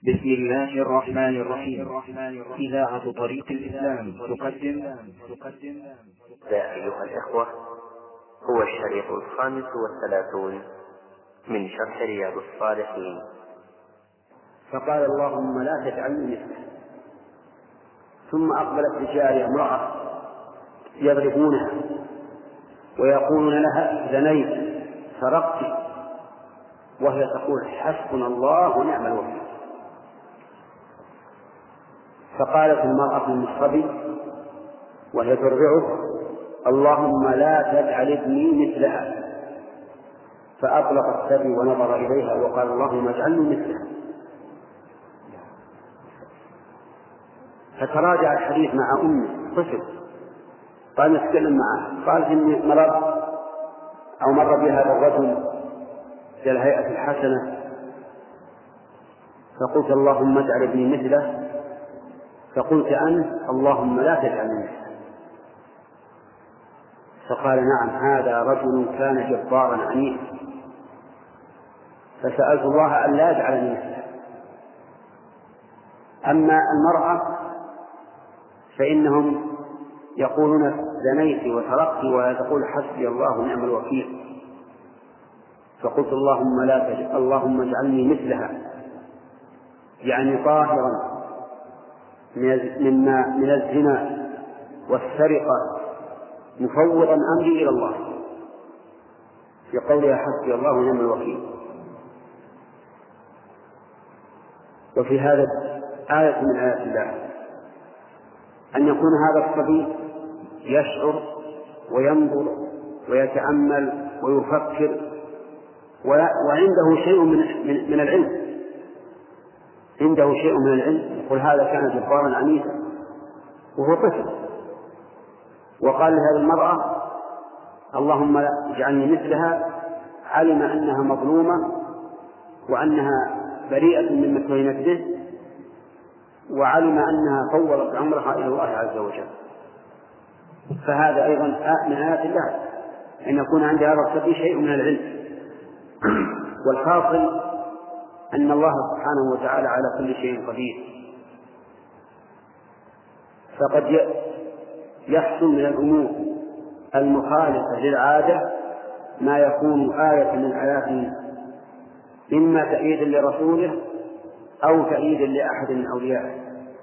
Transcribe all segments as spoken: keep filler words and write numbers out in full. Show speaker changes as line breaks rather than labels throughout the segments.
بسم الله الرحمن الرحيم. إذاعة طريق الإسلام تقدم تقدم
يا أيها الإخوة، هو الشريط الخامس والثلاثون من شرح رياض الصالحين.
فقال: اللهم لا تجعلني مثله. ثم أقبلت بجارية امرأة يضربونها ويقولون لها: زنيت، سرقت، وهي تقول: حسبنا الله ونعم الوكيل. فقالت المرأة المصطبي وهي ترضعه: اللهم لا تجعل ابني مثلها. فأطلق الثدي ونظر إليها وقال: اللهم اجعلني مثلها. فتراجع الحديث مع أمه طفل، قال: نتكلم معه. قالت: إني مرض أو مر بهذا الرجل ذي الهيئة الحسنة، فقلت: اللهم اجعل ابني مثله. فقلت أنت: اللهم لا تجعلني مثله. فقال: نعم، هذا رجل كان جبارا عنيفا، فسألت الله أن لا يجعلني مثله. أما المرأة فإنهم يقولون: زنيت وسرقت، ولا تقول: حسبي الله ونعم الوكيل. فقلت: اللهم لا تجعل اللهم اجعلني مثلها، يعني طاهرا مما من الزنا والسرقة، مفوضا أمري إلى الله، في قولها: حسبي الله ونعم الوكيل. وفي هذا آية من آيات الله أن يكون هذا الصبي يشعر وينظر ويتأمل ويفكر وعنده شيء من من العلم، عنده شيء من العلم. يقول: هذا كان جبارا عنيفا وهو طفل. وقال لهذه المرأة: اللهم لا اجعلني مثلها. علم أنها مظلومة وأنها بريئة مما اتهمت به، وعلم أنها فوضت أمرها إلى الله عز وجل. فهذا أيضا من آيات الله أن يكون عند هذا الصبي شيء من العلم. والحاصل أن الله سبحانه وتعالى على كل شيء قدير. فقد يحصل من الأمور المخالفة للعادة ما يكون آية من آياته، إما تأييدا لرسوله أو تأييدا لأحد من أوليائه،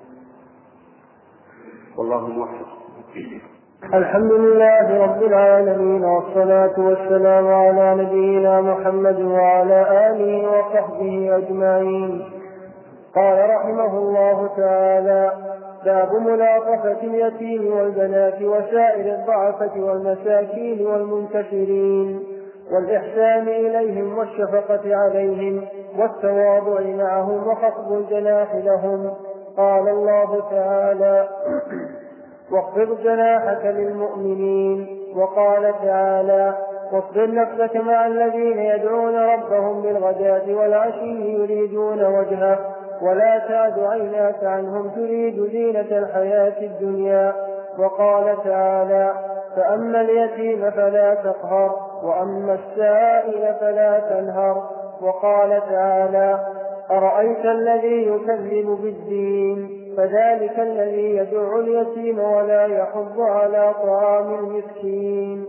والله موفق.
الحمد لله رب العالمين، والصلاة والسلام على نبينا محمد وعلى آله وصحبه أجمعين. قال رحمه الله تعالى: باب ملاطفة اليتيم والبنات وسائر الضعفة والمساكين والمنكسرين، والإحسان إليهم والشفقة عليهم والتواضع معهم وخفض الجناح لهم. قال الله تعالى: واخفض جناحك للمؤمنين. وقال تعالى: واصبر نفسك مع الذين يدعون ربهم بالغداة والعشي يريدون وجهه ولا تعد عيناك عنهم تريد زينة الحياة الدنيا. وقال تعالى: فأما اليتيم فلا تقهر وأما السائل فلا تنهر. وقال تعالى: أرأيت الذي يكذب بالدين فذلك الذي يدع اليتيم ولا يحض على طعام المسكين.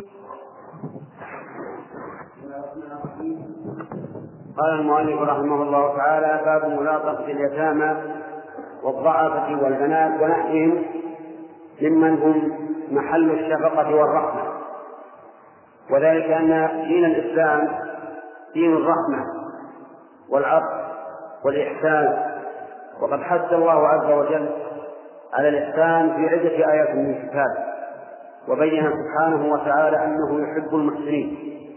قال المؤلف رحمه الله تعالى: باب ملاطفة اليتامى والضعفة والبنات ونحوهم ممن هم محل الشفقة والرحمة، وذلك أن دين الإسلام دين الرحمة والعطف والإحسان، وقد حث الله عز وجل على الإحسان في عدة آيات من الكتاب، وبين سبحانه وتعالى أنه يحب المحسنين.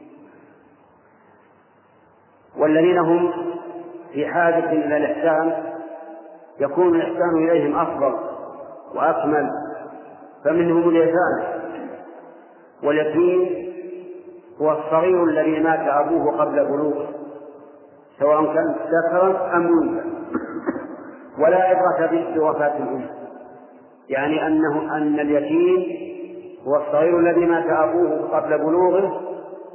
والذين هم في حاجة إلى الإحسان يكون الإحسان إليهم أفضل وأكمل، فمنهم اليتامى. واليتيم هو الصغير الذي مات أبوه قبل بلوغه، سواء كان ذكرا أم أنثى، ولا عبرة به بوفاة الأم، يعني أنه أن اليتيم هو الصغير الذي مات أبوه قبل بلوغه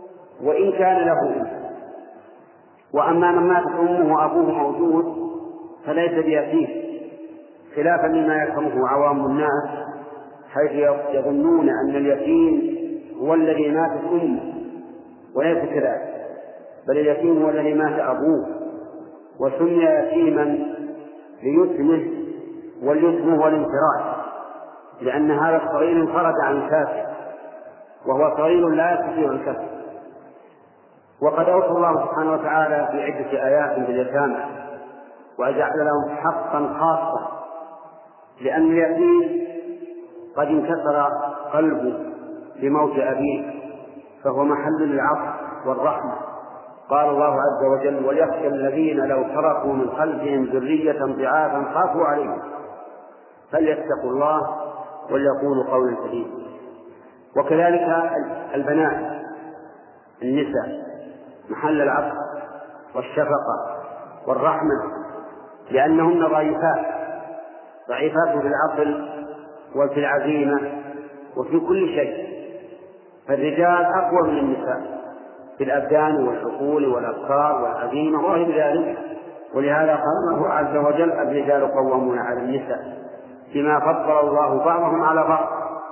وإن كان له أم. وأما من ماتت أمه وأبوه موجود فليس بيتيم، خلافا لما يفهمه عوام الناس حيث يظنون أن اليتيم هو الذي ماتت أمه، وليس كذلك، بل اليتيم هو الذي مات أبوه، وسمي يتيما ليتمه، واليتم هو الانفراد، لأن هذا الصغير انفرد عن الكافر، وهو صغير لا يستطيع الكسب. وقد أوصى الله سبحانه وتعالى في عدة آيات باليتامى وجعل لهم حقا خاصا، لأن اليتيم قد انكسر قلبه بموت أبيه، فهو محل للعطف والرحمة. قال الله عز وجل: وليخشى الذين لو تركوا من خلفهم ذرية ضعافا خافوا عليهم فليتقوا الله وليقولوا قولا سديدا. وكذلك البنات النساء محل العطف والشفقة والرحمة، لأنهن ضعيفات ضعيفات في العقل وفي العزيمة وفي كل شيء، فالرجال أقوى من النساء في الأبدان والعقول والأفكار والعزيمة وغير ذلك. ولهذا قال الله عز وجل: الرجال قوامون على النساء بما فضل الله بعضهم على بعض.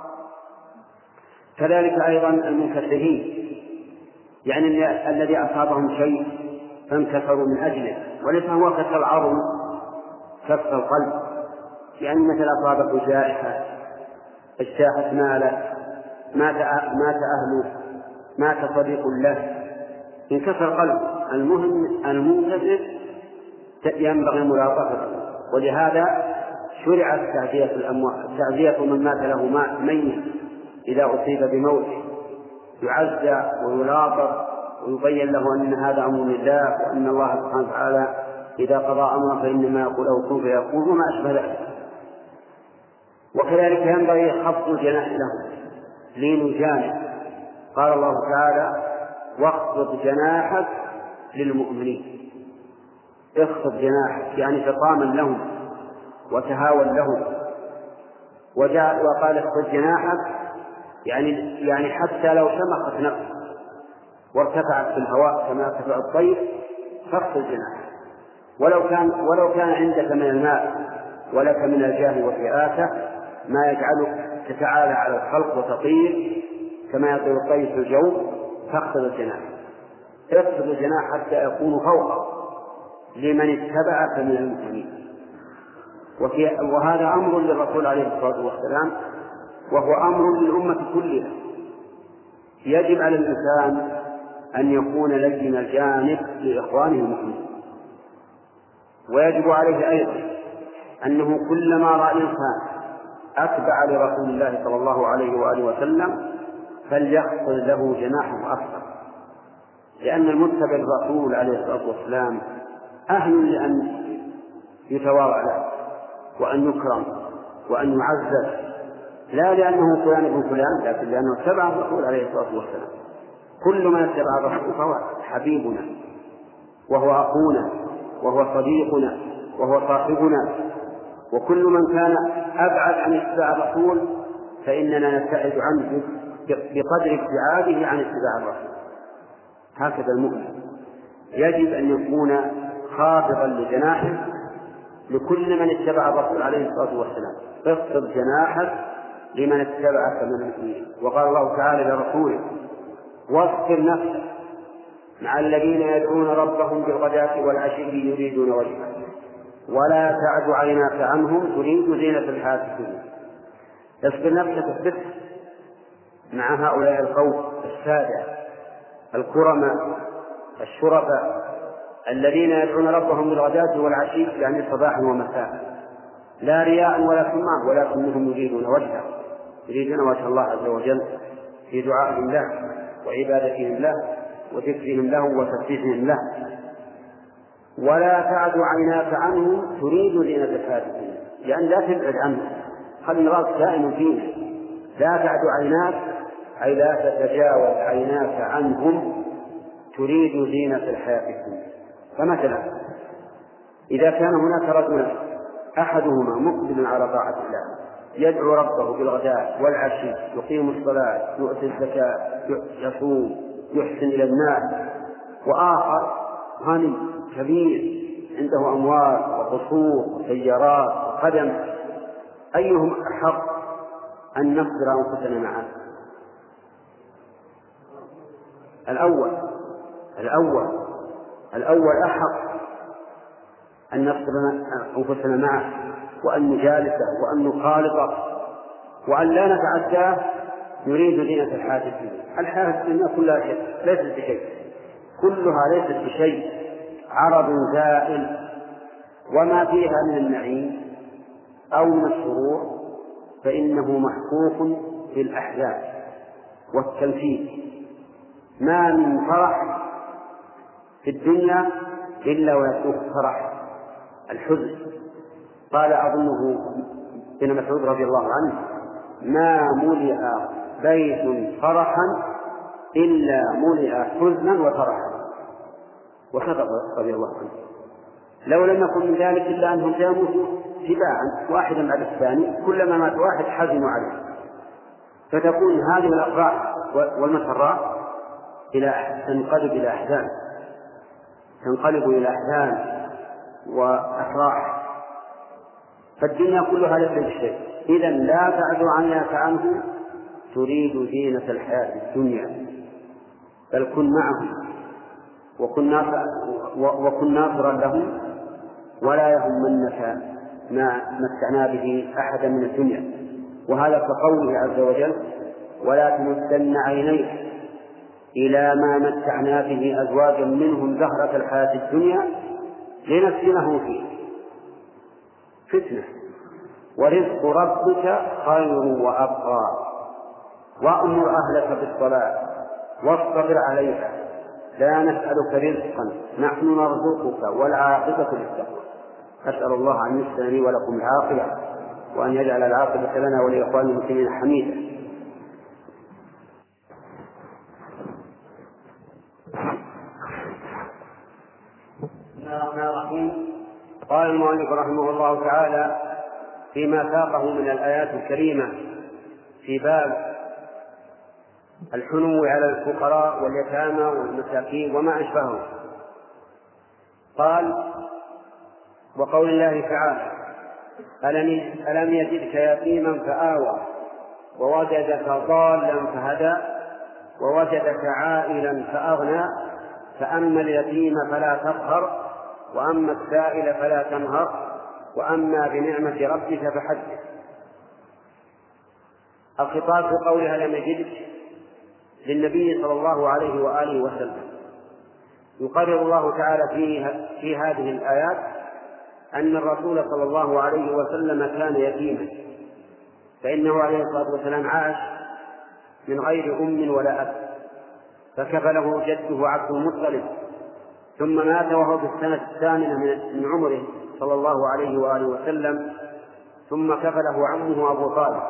كذلك أيضا المنكسرين، يعني الذي أصابهم شيء فانكسروا من أجله، وليس هو كسر العظم كسر القلب، يعني مثل أصابته جائحة اجتاحت ماله، مات مات أهله، مات صديق له، انكسر قلب. المهم المنكسر ينبغي ملاطفته، ولهذا شرعت تعزية الأموات، تعزية من مات له ميت إذا أصيب بموت يعزى ويلاطف ويبين له أن هذا أمر لله، وأن الله سبحانه وتعالى إذا قضى أمرا فإنما يقول له كن فيكون، وما أشبه ذلك. وكذلك ينبغي خفض الجناح له، لين الجانب. قال الله تعالى: واخفض جناحك للمؤمنين. اخفض جناحك يعني فطاما لهم وتهاون لهم. وجاء وقال اخفض جناحك يعني يعني حتى لو شمخت نفسك وارتفعت في الهواء كما يرتفع الطير فاخفض جناحك، ولو كان ولو كان عندك من الماء ولك من الجاه والرئاسة ما يجعلك تتعالى على الخلق وتطير كما يطير الطير في الجو، فاخفض الجناح. اخفض الجناح حتى يكون فوقه لمن اتبعك من المؤمنين. وهذا أمر للرسول عليه الصلاة والسلام، وهو أمر للأمة كلها. يجب على الإنسان أن يكون لين الجانب لإخوانه المؤمنين، ويجب عليه أيضا أنه كلما رأى إنسان أتبع لرسول الله صلى الله عليه وآله وسلم فليخفض له جناحه أكثر، لأن المتبع الرسول عليه الصلاة والسلام أهل لأن يتواضع له وأن يكرم وأن يعزز، لا لأنه فلان ابن فلان، لكن لأنه اتبع الرسول عليه الصلاة والسلام. كل من اتبع الرسول فهو حبيبنا وهو أخونا وهو صديقنا وهو صاحبنا، وكل من كان أبعد عن اتباع الرسول فإننا نبتعد عنه بقدر ابتعاده عن اتباع الرسول. هكذا المؤمن يجب أن يكون خافضا لجناحه لكل من اتبع الرسول عليه الصلاة والسلام. اخفض جناحك لمن اتبعك من المؤمنين. وقال الله تعالى لرسوله: واصبر نفسك مع الذين يدعون ربهم بالغداة والعشي يريدون وجهه ولا تعد عيناك عنهم تريد زينة الحياة الدنيا. اصبر نفسك اصبر مع هؤلاء القوم السادة الكرماء الشرفاء الذين يدعون ربهم بالغداة والعشي، يعني صباحا ومساء، لا رياء ولا سمعة، ولكنهم يريدون وجهه، يريدون وجه الله عز وجل في دعائهم له وعبادتهم له وذكرهم له وتسبيحهم له. ولا تعد عيناك عنهم تريد زينة الحياة الدنيا، يعني لا تبعد عنهم، خلي راسك دائما فينا. لا تعد عيناك أي لا تتجاوز عيناك عنهم تريد زينة الحياة الدنيا. فمثلا إذا كان هناك رجل أحدهما مقبل على طاعة الله يدعو ربه بالغداة والعشي، يقيم الصلاة، يؤتي الزكاة، يصوم، يحسن إلى الناس، وآخر غني كبير عنده أموال وقصور وسيارات وخدم، أيهم أحق أن نصبر أنفسنا معه؟ الأول الأول الأول أحق أن نصبر أنفسنا معه، وأن نجالسه، وأن نخالطه، وأن لا نتعداه نريد زينة الحياة الدنيا. الحياة الدنيا كلها ليست بشيء، كلها ليست بشيء، عرض زائل، وما فيها من النعيم أو من السرور فإنه محفوف بالأحزان والتنفيذ. ما من فرح في الدنيا إلا ويسوق فرح الحزن. قال أظنه ابن مسعود رضي الله عنه: ما ملئ بيت فرحا إلا ملئ حزنا وفرحا. وصدق رضي الله عنه. لو لم يكن من ذلك إلا أنهم يموتوا تباعا واحدا بعد الثاني، كلما مات واحد حزنوا عليه، فتكون هذه الأفراح والمسرات إلى تنقلب إلى أحزان، تنقلب إلى أحزان وأفراح. فالدنيا كلها ليست بشيء. إذا لا تعد عنك عنه تريد زينة الحياة الدنيا، بل كن معهم وكن ناصرا لهم، ولا يهمنك ما متعنا به أحدا من الدنيا. وهذا كقوله عز وجل: ولا تمدن عينيك إلى ما متعنا به أزواجا منهم زهرة الحياة الدنيا لنفتنهم فيه فتنة ورزق ربك خير وأبقى وأمر أهلك بالصلاة واصطبر عليها لا نسألك رزقا نحن نرزقك والعاقبة للتقوى. أسأل الله أن يحسن لي ولكم العاقبة، وأن يجعل العاقبة لنا ولإخوان المسلمين حميدا. قال المؤلف رحمه الله تعالى فيما ساقه من الآيات الكريمة في باب الحنو على الفقراء واليتامى والمساكين وما أشبههم، قال: وقول الله تعالى: ألم يجدك يتيما فآوى ووجدك ضالا فهدى ووجدك عائلا فأغنى فأما اليتيم فلا تقهر وأما السائل فلا تنهر وأما بنعمة ربك فحدث. الخطاب في قولها لم يجدك للنبي صلى الله عليه وآله وسلم. يقرر الله تعالى في هذه الآيات أن الرسول صلى الله عليه وسلم كان يتيما، فإنه عليه الصلاة والسلام عاش من غير أم ولا أب، فكفله جده عبد المطلب، ثم مات وهو في السنة الثامنة من عمره صلى الله عليه وآله وسلم، ثم كفله عمه أبو طالب.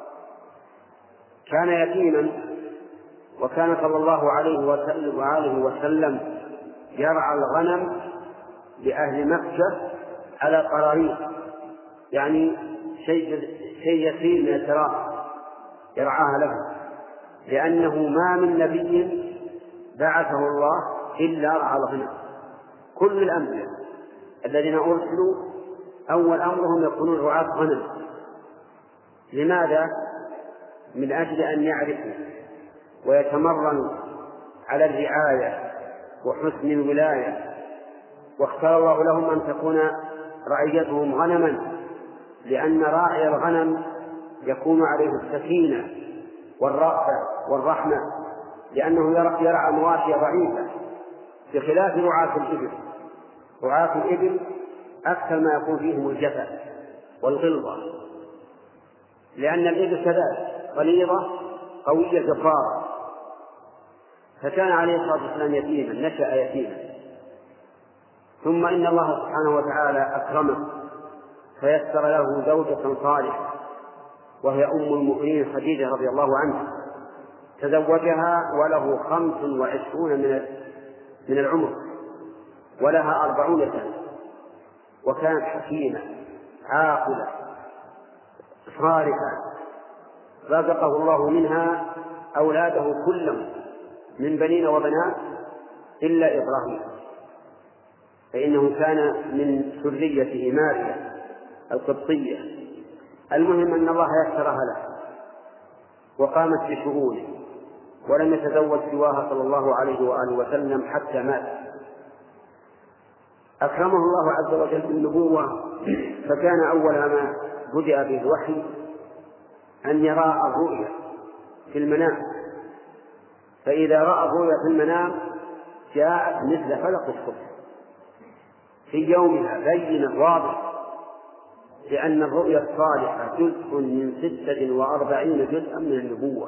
كان يتيما، وكان صلى الله عليه وآله وسلم يرعى الغنم لأهل مكة على قراريط، يعني شيء شيء يسير من التراب يرعاها له، لأنه ما من نبي بعثه الله إلا رعى الغنم. كل الأنبياء الذين أرسلوا أول أمرهم يكونون رعاة غنم. لماذا؟ من أجل أن يعرفوا ويتمرنوا على الرعاية وحسن الولاية. واختار الله لهم أن تكون رعيتهم غنما، لأن راعي الغنم يكون عليه السكينة والرأفة والرحمة، لأنه يرعى مواشي ضعيفة، بخلاف رعاة الإبل. رعاة الإبل أكثر ما يكون فيهم الجفا والغلظة، لأن الإبل كذلك غليظة قوية جبارة. فكان عليه الصلاة والسلام يتيما، نشأ يتيما، ثم إن الله سبحانه وتعالى أكرمه فيسر له زوجة صالحة وهي أم المؤمنين خديجة رضي الله عنها، تزوجها وله خمس وعشرون من العمر ولها أربعون سنة، وكانت حكيمة عاقلة صالحة. رزقه الله منها أولاده كلهم من بنين وبنات إلا إبراهيم، فإنه كان من سرية ماريا القبطية. المهم أن الله يسرها له وقامت بشؤونه، ولم يتزوج سواها صلى الله عليه وآله وسلم حتى مات. أكرمه الله عز وجل بالنبوة، فكان أول ما بدأ به الوحي أن يرى الرؤيا في المنام، فإذا رأى الرؤيا في المنام جاءت مثل فلق الصبح في يومها بينة واضحة، لأن الرؤيا الصالحة جزء من ستة وأربعين جزءا من النبوة.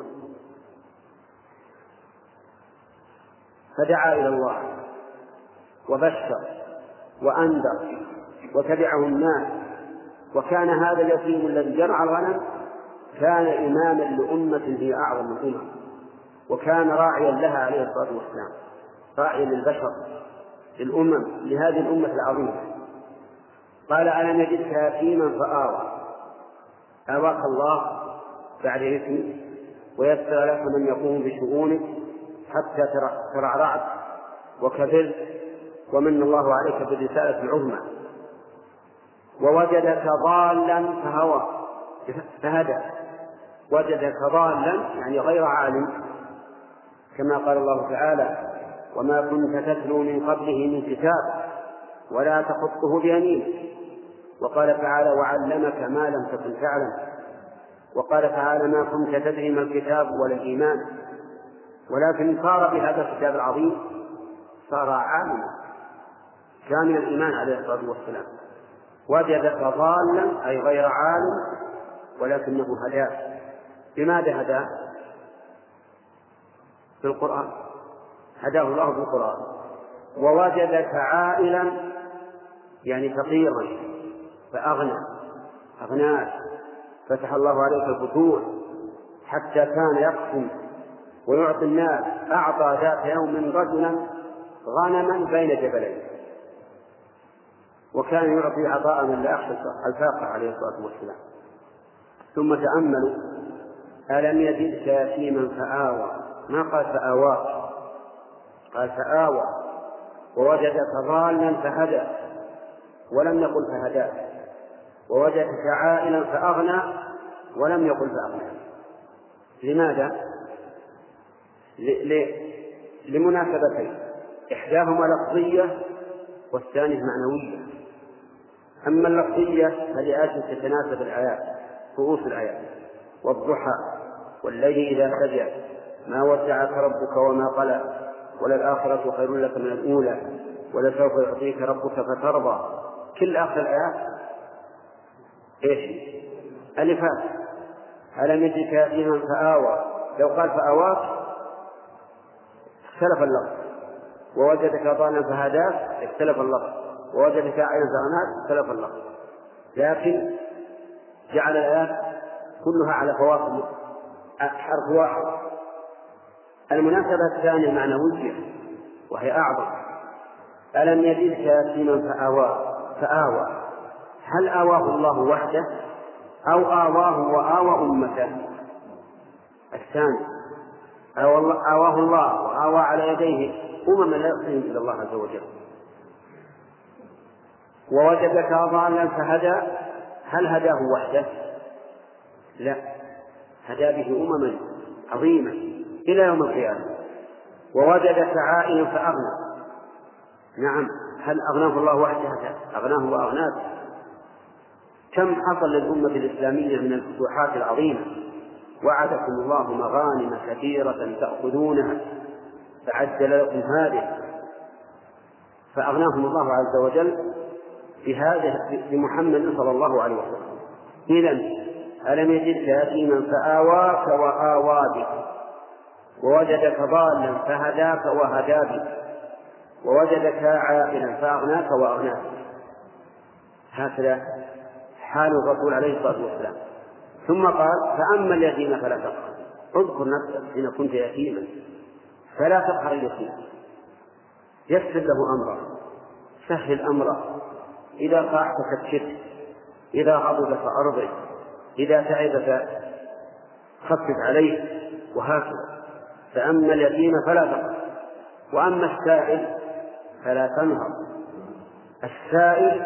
فدعا إلى الله وبشر وأنذر وتبعه الناس، وكان هذا اليتيم الذي يرعى الغنم كان إماما لأمة هي أعظم الأمم، وكان راعيا لها عليه الصلاة والسلام، راعيا للبشر للأمم لهذه الأمة العظيمة. قال ألم يجدك يتيما فآوى، آواك الله بعد اسمه ويسر لك من يقوم بشؤونك حتى ترعرعت وكبرت ومن الله عليك بالرسالة العظمى. ووجدك ضالا فهوى فهدى، وجدك ضالا يعني غير عالم، كما قال الله تعالى وما كنت تتلو من قبله من كتاب ولا تخطه بيمينك. وقال تعالى وعلمك ما لم تكن تعلم. وقال تعالى ما كنت تدري ما الكتاب ولا الإيمان، ولكن صار بهذا الكتاب العظيم صار عالما كامل الإيمان عليه الصلاة والسلام. وجدك ضالا أي غير عالم ولكنه هداه. بماذا هداه؟ بالقرآن، هداه الله بالقرآن. ووجدك عائلا يعني فقيرا فأغنى أغناك، فتح الله عليك الفتوح حتى كان يقسم ويعطي الناس. أعطى ذات يوم رجلا غنما بين جبلين، وكان يعطي عطاء من لا يخشى الفاقة عليه الصلاة والسلام. ثم تأملوا ألم يجدك يتيما فآوى، ما قال فآواك، قال فآوى. ووجدك ضالا فهدى ولم يقل فهداك. ووجدك عائلا فأغنى ولم يقل فأغنى. لماذا؟ ل... ل... لمناسبتين، إحداهما لفظية والثانية معنوية. أما اللفظية فلأجل تتناسب الآيات رؤوس الآيات، والضحى والليل إذا سجى ما ودعك ربك وما قلى وللآخرة خير لك من الأولى ولسوف يعطيك ربك فترضى. كل آخر الآيات إيش؟ ألفات. ألم يجدك يتيما فآوى، لو قال فآواك اختلف اللفظ. ووجدك ضالا فهداك اختلف اللفظ. ووجدك عائلا فأغناك اختلف اللفظ. لكن جعل الآيات كلها على فواصل حرف واحد. المناسبة الثانية معنوية وهي أعظم. ألم يجدك يتيما فآوى فآوى، هل آواه الله وحده أو آواه وآوى أمته؟ الثاني آواه الله وآوى على يديه أمما لا يصلهم إلى الله عز وجل. ووجدك ضالا فهدى، هل هداه وحده؟ لا، هدى به أمما عظيمة إلى يوم القيامة. ووجدك عائلا فأغنى، نعم، هل أغناه الله وحده؟ أغناه وأغناك. كم حصل للأمة الإسلامية من الفتوحات العظيمة، وعدكم الله مغانم كثيرة تأخذونها فعجل لكم هذه، فأغناهم الله عز وجل بهذا بمحمد صلى الله عليه وسلم. إذن ألم يجدك يتيما فآواك وآوى بك، ووجدك ضالا فهداك وهدى بك، ووجدك عائلا فأغناك وأغناك. هكذا حال الرسول عليه الصلاة والسلام. ثم قال فأما اليتيم فلا تقهر، اذكر نفسك حين كنت يتيما فلا تقهر اليتيم، يسر له أمره، سهل أمره، إذا قاعت فكشف، إذا غضب فأرضه، إذا تعب فخفف عليه، وهكذا. فأما اليتيم فلا تقهر، وأما السائل فلا تنهر. السائل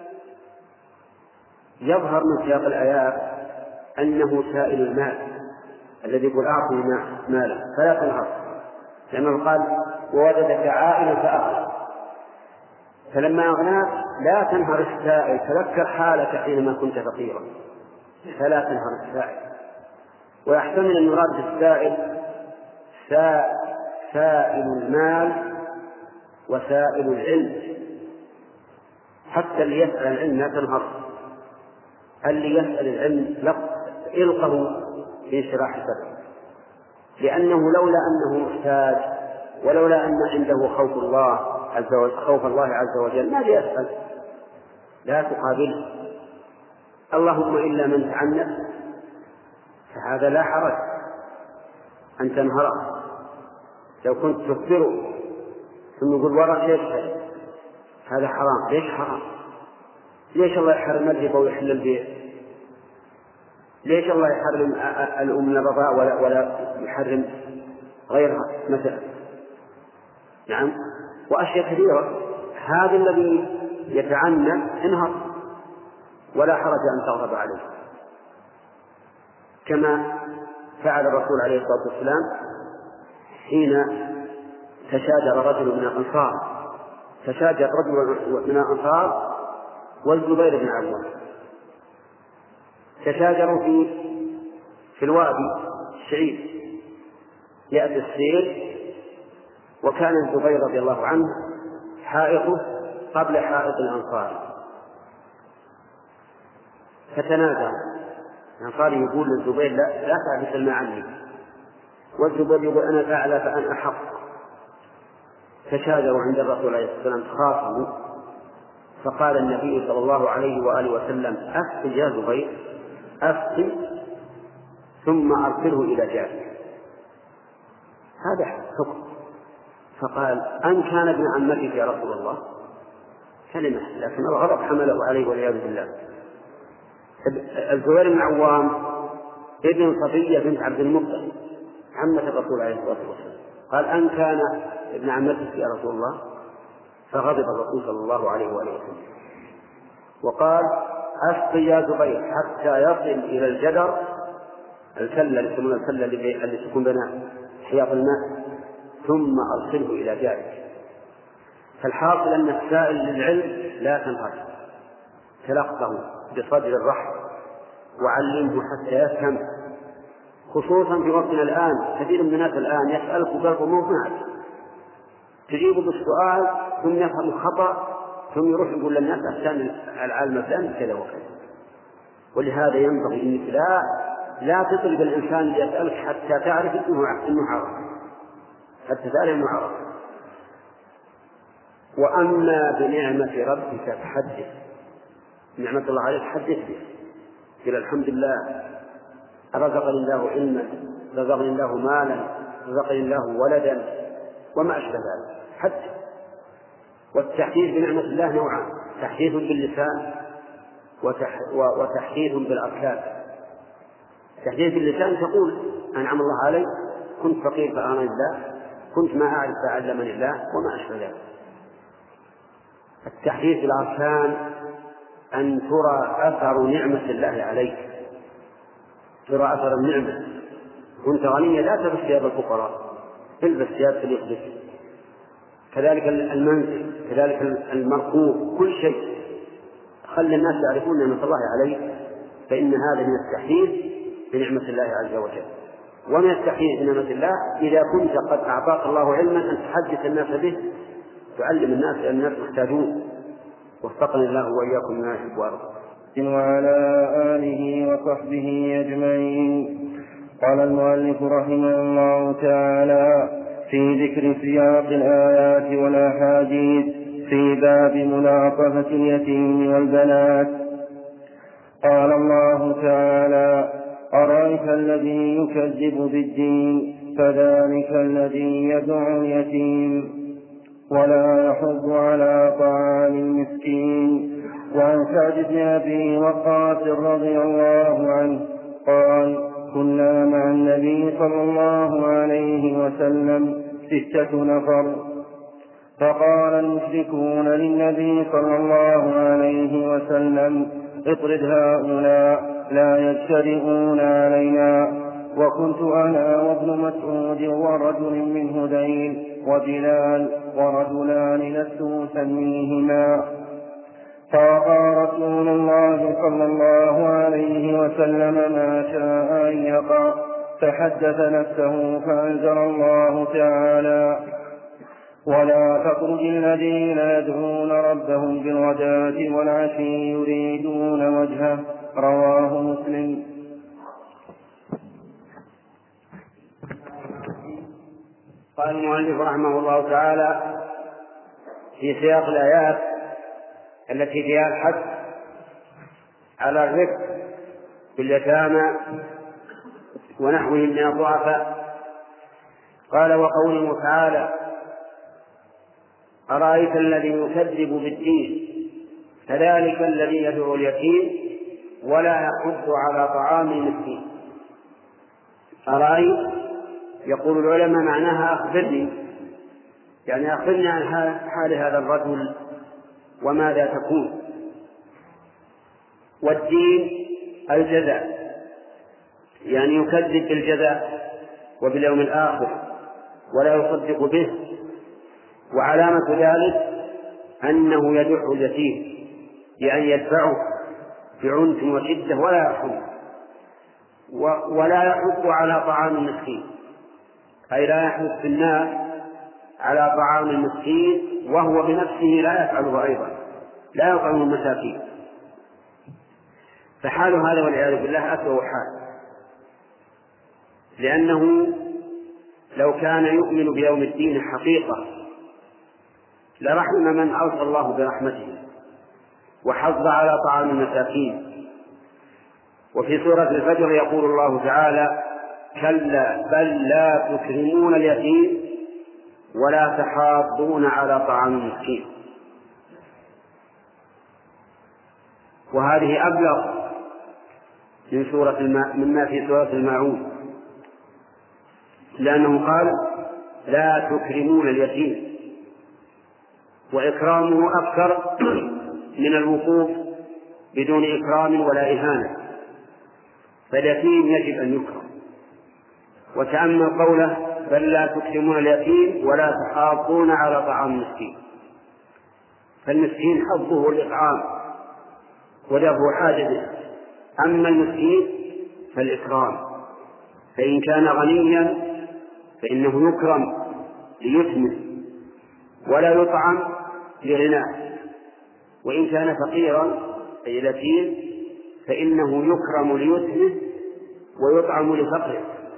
يظهر من سياق الآيات أنه سائل المال الذي يقول أعطني مالا فلا تنهر، لأنه قال ووجدك عائلا فأغنى، فلما أغناك لا تنهر السائل، تذكر حالك حينما كنت فقيرا فلا تنهر السائل. ويحتمل أن يراد بالسائل سائل المال وسائل العلم، حتى اللي يسأل العلم لا تنهر، اللي يسأل العلم إلقه في انشراح صدره، لأنه لولا أنه محتاج ولولا أن عنده خوف الله عز وجل خوف الله عز وجل ما يسأل، لا تقابله. اللهم إلا من تعنت فهذا لا حرج أن تنهره. لو كنت تخبره ثم يقول ورق ليش هذا حرام، ليش حرام؟ ليش الله يحرم الربا ويحل البيع؟ ليش الله يحرم الأم من الرضاع ولا, ولا يحرم غيرها مثلا؟ نعم، وأشياء كثيرة. هذا الذي يتعنى انهر ولا حرج أن تغضب عليه، كما فعل الرسول عليه الصلاة والسلام حين تشاجر رجل من الأنصار تشاجر رجل من الأنصار والزبير بن عوام، تشاجروا في في الوادي الشعيب يأتي السيل، وكان الزبير رضي الله عنه حائطه قبل حائط الأنصار، فتنازع الأنصاري يقول للزبير لا لا تعرف الماء عني، والزبير يقول أنا فاعل فأنا أحق. تشاجروا عند الرسول عليه الصلاة والسلام تخاصموا، فقال النبي صلى الله عليه وآله وسلم أفتي يا زبير أفتي ثم أرسله إلى جارك، هذا حكم. فقال أن كان ابن عمتك يا رسول الله كلمة، لكن الغضب حمله عليه والعياذ بالله. الزبير بن عوام ابن صفية بنت عبد المطلب عمة الرسول عليه الصلاة والسلام، قال أن كان ابن عمتك يا رسول الله، فغضب الرسول صلى الله عليه وآله وسلم وقال أسقي يا زبير حتى يصل إلى الجدر، الكلة اللي يسمونها الكلة اللي تكون بين حياض الماء، ثم أرسله إلى جارك. فالحاصل أن السائل للعلم لا تنهر، تلقه بصدر الرحب وعلمه حتى يفهم، خصوصا في وقتنا الآن كثير من الناس الآن يسألك قلبه موضوعك، تجيبه بالسؤال ثم يفهم خطأ ثم يروح يقول للناس أحسن العالم الفلاني كذا وكذا. ولهذا ينبغي أنك لا لا تطلب الإنسان اللي يسألك حتى تعرف أنه عرف، حتى تعرف أنه عرف. وأما بنعمة ربك فحدث، نعمة الله عليك حدث به، قل الحمد لله رزقني الله علما، رزقني الله مالا، رزقني الله ولدا وما أشبه ذلك، حدث. والتحديث بنعمة الله نوعان، تحديث باللسان وتح... وتحديث بالأركان. تحديث باللسان تقول أنعم الله علي، كنت فقير فآمن الله، كنت ما أعرف فعلمني الله وما أشبه ذلك. التحديث بالأركان أن ترى أثر نعمة الله عليك، ترى أثر النعمة. كنت غنيا لا تلبس ثياب الفقراء، تلبس ثياب تليق بك. كذلك المنزل، كذلك المركوب، كل شيء خلي الناس يعرفون نعمة الله عليك، فإن هذا من التحديث بنعمة الله عز وجل. ومن التحديث بنعمة الله إذا كنت قد أعطاك الله علما أن تحدث الناس به، تعلم الناس لأن الناس محتاجون. وفقني الله وإياكم ما يحب ويرضى.
وعلى آله وصحبه أجمعين. قال المؤلف رحمه الله تعالى في ذكر سياق الآيات والأحاديث في باب ملاطفة اليتيم والبنات. قال الله تعالى أرأيت الذي يكذب بالدين فذلك الذي يدعو اليتيم ولا يحض على طعام المسكين. وعن سعد بن أبي وقاص رضي الله عنه قال كنا مع النبي صلى الله عليه وسلم ستة نفر، فقال المشركون للنبي صلى الله عليه وسلم: اطرد هؤلاء لا يجترئون علينا. وكنت أنا وابن مسعود ورجل من هذيل وبلال ورجلان لست أسميهما. فوقع رسول الله صلى الله عليه وسلم ما شاء أن يقع، فحدث نفسه فأنزل الله تعالى: ولا تطرد الذين يدعون ربهم بالغداة والعشي يريدون وجهه. رواه مسلم.
قال المؤلف رحمه الله تعالى في سياق الآيات التي فيها الحث على الرفق باليتامى ونحوهم من الضعفاء، قال: وقوله تعالى: أرأيت الذي يكذب بالدين فذلك الذي يدعو اليتيم ولا يحض على طعام المسكين. أرأيت يقول العلماء معناها أخبرني، يعني أخبرني عن حال هذا الرجل وماذا تكون. والدين الجزاء، يعني يكذب بالجزاء وباليوم الآخر ولا يصدق به، وعلامة ذلك أنه يدع اليتيم بأن يدفعه بعنف وشدة ولا يرحمه، ولا يحث على طعام المسكين، أي لا يحث في الناس على طعام المسكين وهو بنفسه لا يفعله أيضا، لا يطعم المساكين. فحال هذا والعياذ بالله أسوأ حال، لأنه لو كان يؤمن بيوم الدين حقيقة لرحم من أوصى الله برحمته وحض على طعام المساكين. وفي سورة الفجر يقول الله تعالى: كلا بل لا تكرمون اليتيم ولا تحاضون على طعام المسكين. وهذه أبلغ من سورة الما... مما في سورة الماعون، لأنه قال: لا تكرمون اليتيم، وإكرامه أكثر من الوقوف بدون إكرام ولا إهانة، فاليتيم يجب أن يكرم. وتأمل قوله: بل لا تكرمون اليتيم ولا تحاضون على طعام المسكين. فالمسكين حظه الإطعام ودفع حاجته، أما المسكين فالإكرام، فإن كان غنيا فإنه يكرم ليتمه ولا يطعم لغناه، وإن كان فقيرا أي اليتيم فإنه يكرم ليتمه ويطعم لفقره،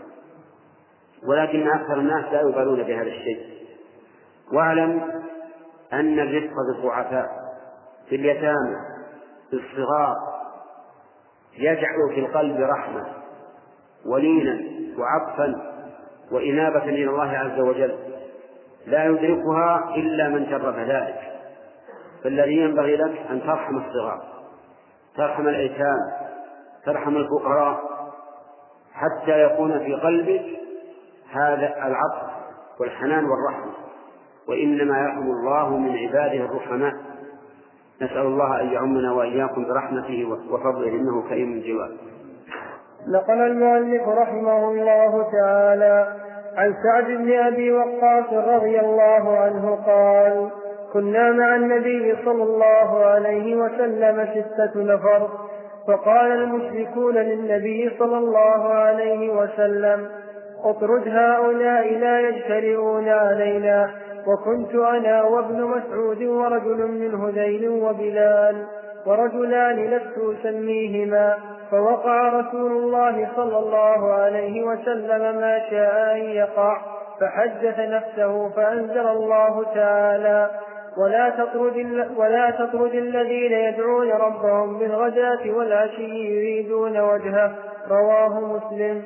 ولكن أكثر الناس لا يبالون بهذا الشيء. واعلم أن الرفق بالضعفاء في اليتامى في الصغار يجعل في القلب رحمة ولينا وعطفا وإنابة إلى الله عز وجل لا يدركها إلا من جرب ذلك. فالذي ينبغي لك أن ترحم الصغار، ترحم الأيتام، ترحم الفقراء، حتى يكون في قلبك هذا العطف والحنان والرحمة، وإنما يرحم الله من عباده الرحماء. نسأل الله أن يعمنا وإياكم برحمته وفضله إنه كريم الجواد.
نقل المؤلف رحمه الله تعالى عن سعد بن أبي وقاص رضي الله عنه قال: كنا مع النبي صلى الله عليه وسلم ستة نفر، فقال المشركون للنبي صلى الله عليه وسلم: اطرد هؤلاء لا يجترئون علينا. وكنت أنا وابن مسعود ورجل من هذيل وبلال ورجلان لست أسميهما. فوقع رسول الله صلى الله عليه وسلم ما شاء أن يقع، فحدث نفسه فأنزل الله تعالى: ولا تطرد, ولا تطرد الذين يدعون ربهم بالغداة والعشي يريدون وجهه. رواه مسلم.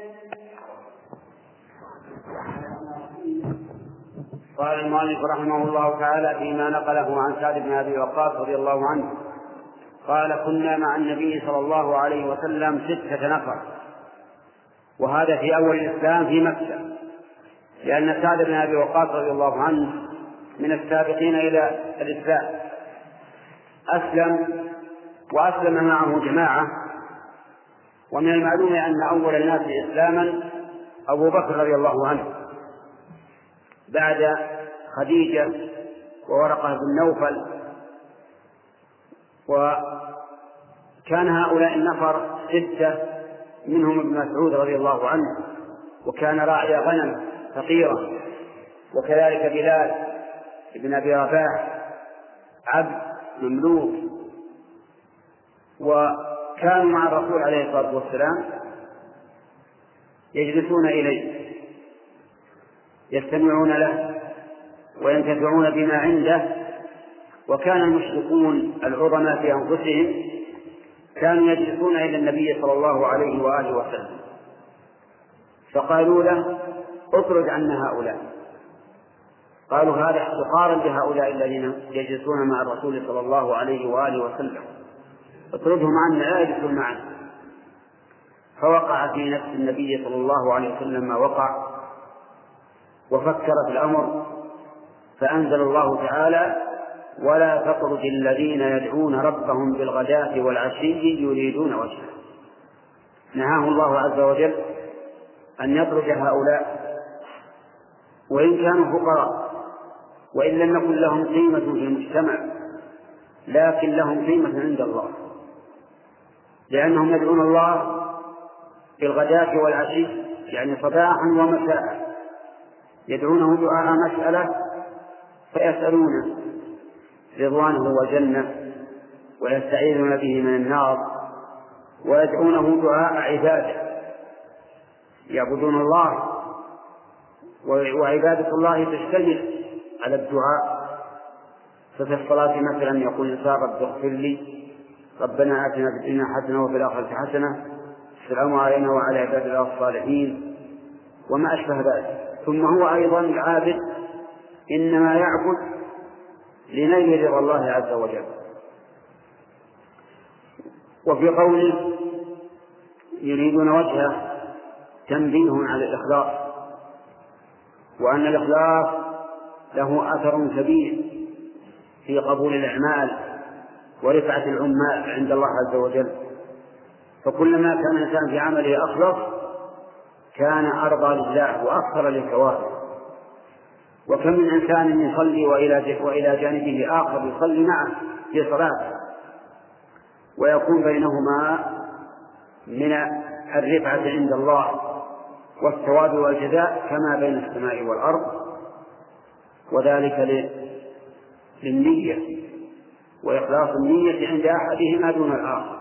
قال المؤلف رحمه الله تعالى فيما نقله عن سعد بن أبي وقاص رضي الله عنه قال: كنا مع النبي صلى الله عليه وسلم ستة نفر، وهذا في أول الإسلام في مكة، لأن سعد بن أبي وقاص رضي الله عنه من السابقين إلى الإسلام أسلم، وأسلم معه جماعة. ومن المعلوم أن أول الناس إسلاما أبو بكر رضي الله عنه بعد خديجة وورقة بن نوفل. وكان هؤلاء النفر ستة، منهم ابن مسعود رضي الله عنه، وكان راعي غنم فقيرا، وكذلك بلال ابن أبي رباح عبد مملوك. وكانوا مع الرسول عليه الصلاة والسلام يجلسون إليه يستمعون له وينتفعون بما عنده. وكان المشركون العظماء في أنفسهم كانوا يجلسون إلى النبي صلى الله عليه وآله وسلم، فقالوا له اطرد عنا هؤلاء. قالوا هذا احتقارا لهؤلاء الذين يجلسون مع الرسول صلى الله عليه وآله وسلم، اطردهم عنا لا يجلسون معنا. فوقع في نفس النبي صلى الله عليه وسلم ما وقع، وفكر في الأمر، فأنزل الله تعالى ولا تطرد الذين يدعون ربهم بالغداة والعشي يريدون وجهه. نهاه الله عز وجل أن يطرد هؤلاء وإن كانوا فقراء، وإن لم يكن لهم قيمة في المجتمع، لكن لهم قيمة عند الله، لأنهم يدعون الله بالغداة والعشي، يعني صباحا ومساء، يدعونه دعاء مسألة فيسألونه رضوانه والجنة، ويستعيذون به من النار، ويدعونه دعاء عبادة، يعبدون الله، وعبادة الله تشتمل على الدعاء. ففي الصلاة مثلا يقول الإنسان رب اغفر لي، ربنا آتنا في الدنيا حسنة وفي الآخرة حسنة، السلام علينا وعلى عباد الله الصالحين، وما أشبه ذلك. ثم هو أيضا العابد إنما يعبد لنيل رضا الله عز وجل. وفي قوله يريدون وجهه تنبيه على الإخلاص، وأن الإخلاص له أثر كبير في قبول الأعمال ورفعة العمال عند الله عز وجل. فكلما كان الإنسان في عمله أخلص كان أرضى لله وأكثر للثواب. وكم من إنسان يصلي وإلى جانبه آخر يصلي معه في صلاته، ويكون بينهما من الرفعة عند الله والثواب والجزاء كما بين السماء والأرض، وذلك للنية وإخلاص النية عند أحدهما دون الآخر.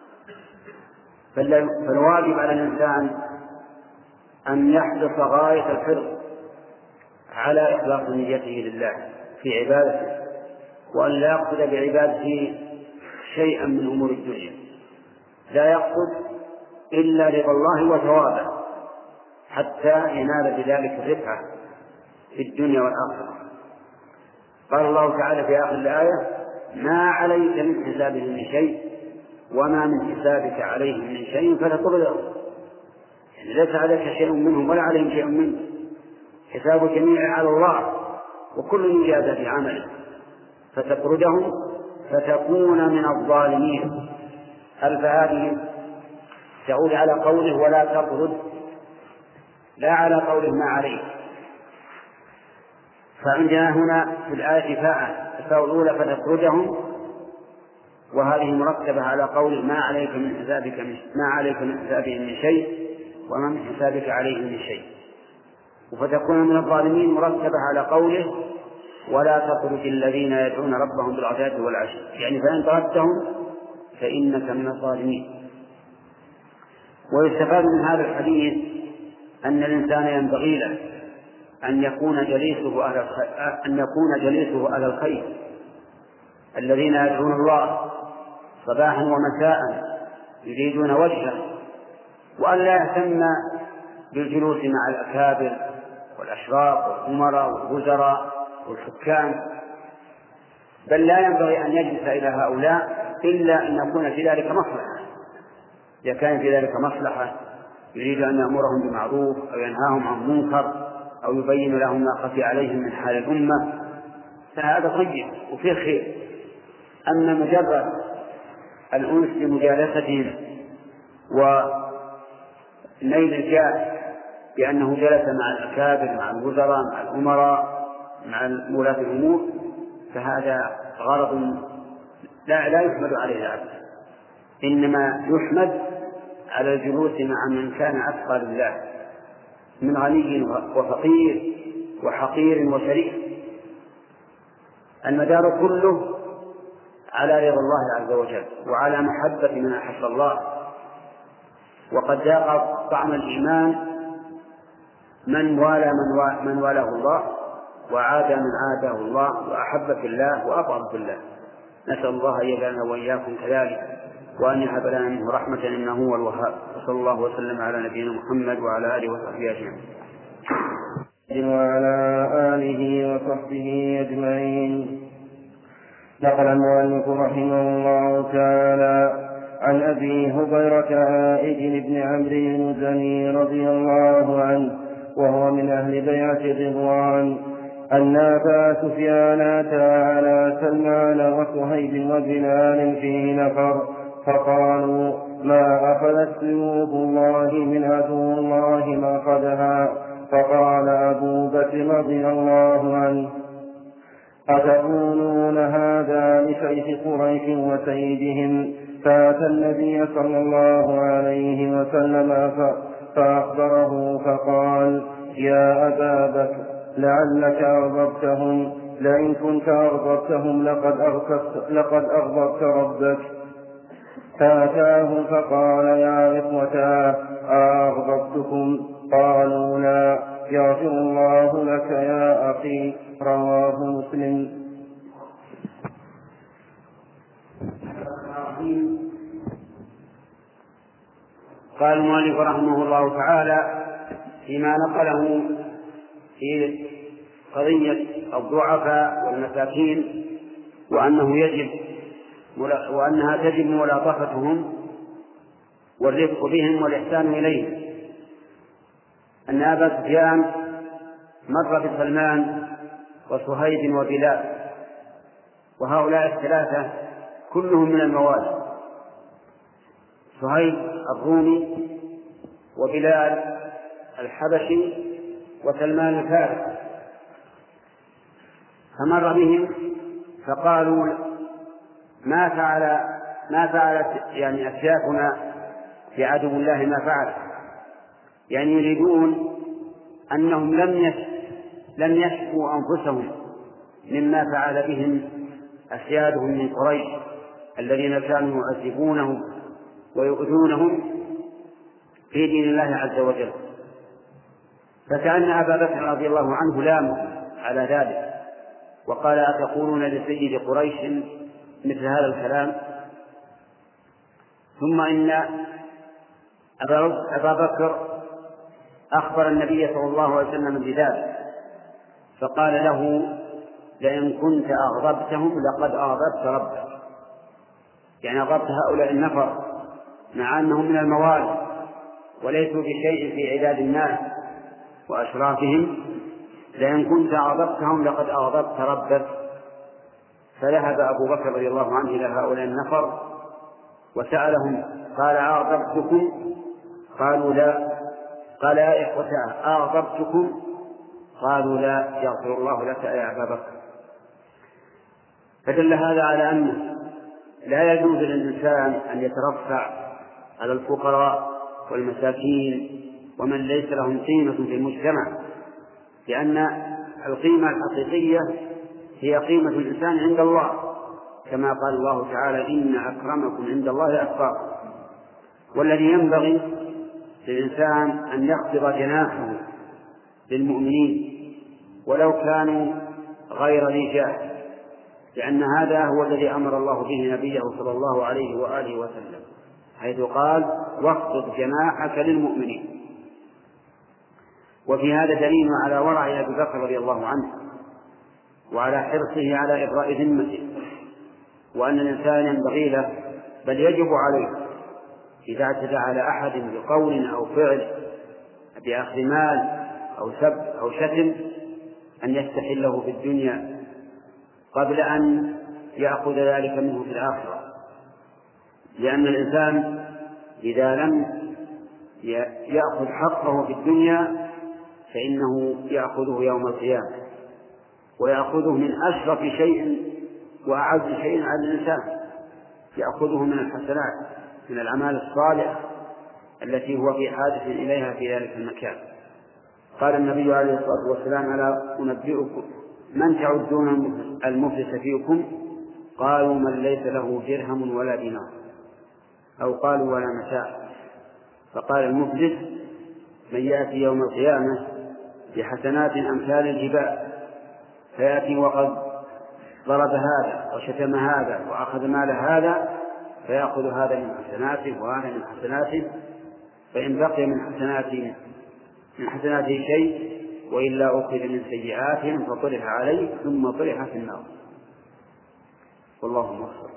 فالواجب على الإنسان أن يحرص غاية الحرص على إخلاص نيته لله في عبادته، وأن لا يقصد بعبادته شيئا من أمور الدنيا، لا يقصد إلا رضا الله وثوابه حتى ينال بذلك الرفعة في الدنيا والآخرة. قال الله تعالى في آخر الآية ما عليك من حسابهم من شيء وما من حسابك عليهم من شيء فتطردهم، يعني ليس عليك شيء منهم ولا عليهم شيء منك، حساب جميع على الله وكل يجازى في عمله، فتطردهم فتكون من الظالمين. هل فهذه تعود على قوله ولا تطرد، لا على قوله ما عليه. فعندنا هنا في الآية فاء الفاء الأولى فتطردهم، وهذه مرتبة على قوله ما عليك من حسابك ما عليك من حسابهم من شيء وما من حسابك عليهم من شيء. وفتكون من الظالمين مرتبة على قوله ولا تطرد الذين يدعون ربهم بالغداة والعشي، يعني فإن طردتهم فإنك من الظالمين. ويستفاد من هذا الحديث أن الإنسان ينبغي له أن يكون جليسه أهل الخير أن يكون جليسه أهل الخير الذين يدعون الله صباحا ومساء يريدون وجهه، وأن لا يهتم بالجلوس مع الأكابر والأشراف والأمراء والوزراء والحكام، بل لا ينبغي أن يجلس إلى هؤلاء إلا أن يكون في ذلك مصلحة. إذا كان في ذلك مصلحة يريد أن يأمرهم بمعروف أو ينهاهم عن منكر أو يبين لهم ما خفي عليهم من حال الأمة فهذا طيب وفيه خير. أما مجرد الأنس بمجالستهم ونيل الجاه بأنه جلس مع الأكابر مع الوزراء مع الأمراء مع ولاة الأمور، فهذا غرض لا, لا يحمد عليه العبد، إنما يحمد على الجلوس مع من كان أتقى لله من غني وفقير وحقير وشريف. المدار كله على رضا الله عز وجل وعلى محبة من أحب الله. وقد ذاق طعم الإيمان من والى من, من والاه الله وعاد من عاده الله وأحب في الله وأبغض في الله. نسأل الله أن يجعلنا وإياكم كذلك وأن يهب لنا منه رحمة إنه هو الوهاب. وصلى الله وسلم على نبينا محمد وعلى آله وصحبه أجمعين.
وعلى آله وصحبه أجمعين. نقل المؤلف رحمه الله تعالى عن أبي هريرة عائد بن عمرو المزني رضي الله عنه وهو من أهل بيعة الرضوان أن أبا سفيان أتى على سلمان وصهيب وبلال في نفر فقالوا ما أخذت سيوف الله من عدو الله ما أخذها. فقال أبو بكر رضي الله عنه أتقولون هذا لشيخ قريش وسيدهم؟ فأتى النبي صلى الله عليه وسلم فأخبره فقال يا أبا بكر لعلك أغضبتهم، لئن كنت أغضبتهم لقد أغضبت, لقد أغضبت ربك. فأتاه فقال يا إخوتاه أغضبتكم؟ قالوا لا. يغفر الله لك يا أخي. رواه مسلم.
قال المؤلف رحمه الله تعالى فيما نقله في قضية الضعفاء والمساكين وأنه يجب وأنها تجب ملاطفتهم والرفق بهم والإحسان إليهم، أن أبا سفيان مر بسلمان وصهيب وبلال، وهؤلاء الثلاثة كلهم من الموالي، صهيب الرومي وبلال الحبشي وسلمان الفارسي، فمر بهم فقالوا ما فعل ما فعلت يعني أسيافنا في عدو الله ما فعل، يعني يريدون أنهم لم لم يشفوا أنفسهم مما فعل بهم أسيادهم من قريش الذين كانوا يعذبونهم ويؤذونهم في دين الله عز وجل. فكأن أبا بكر رضي الله عنه لام على ذلك وقال أتقولون لسيد قريش مثل هذا الكلام؟ ثم إن أبا بكر أخبر النبي صلى الله عليه وسلم بذلك فقال له لئن كنت أغضبتهم لقد أغضبت ربك، يعني أغضبت هؤلاء النفر مع أنهم من الموالي وليسوا بشيء في عداد الناس وأشرافهم، لئن كنت أغضبتهم لقد أغضبت ربك. فذهب أبو بكر رضي الله عنه إلى هؤلاء النفر وسألهم قال أغضبتكم؟ قالوا لا. قال يا إخوتاه أغضبتكم؟ قالوا لا. يغفر الله لك يا أبا بكر. فدل هذا على أنه لا يجوز للإنسان أن يترفع على الفقراء والمساكين ومن ليس لهم قيمة في المجتمع، لأن القيمة الحقيقية هي قيمة الإنسان عند الله، كما قال الله تعالى إن أكرمكم عند الله أتقاكم. والذي ينبغي للإنسان أن يخفض جناحه للمؤمنين ولو كانوا غير ذي جاه، لأن هذا هو الذي أمر الله به نبيه صلى الله عليه وآله وسلم، حيث قال واخفض جناحك للمؤمنين. وفي هذا دليل على ورع أبي بكر رضي الله عنه وعلى حرصه على إبراء ذمته، وأن الإنسان ينبغي له بل يجب عليه إذا اعتدى على أحد بقول أو فعل بأخذ مال أو سب أو شتم أن يستحله في الدنيا قبل أن يأخذ ذلك منه في الآخرة، لأن الإنسان إذا لم يأخذ حقه في الدنيا فإنه يأخذه يوم القيامة، ويأخذه من أشرف شيء وأعز شيء على الإنسان، يأخذه من الحسنات، من الأعمال الصالحة التي هو في حاجة إليها في ذلك المكان. قال النبي عليه الصلاة والسلام: ألا أنبئكم من تعدون المفلس فيكم؟ قالوا: من ليس له درهم ولا دينار، أو قالوا: ولا متاع. فقال: المفلس من يأتي يوم القيامة بحسنات أمثال الجبال، فيأتي وقد ضرب هذا وشتم هذا وأخذ مال هذا، فيأخذ هذا من حسناته وهذا من حسناته، فإن بقي من حسناته من حسناته شيء وإلا أخذ من سيئاتهم فطرح عليه ثم طرح في النار. والله أكبر.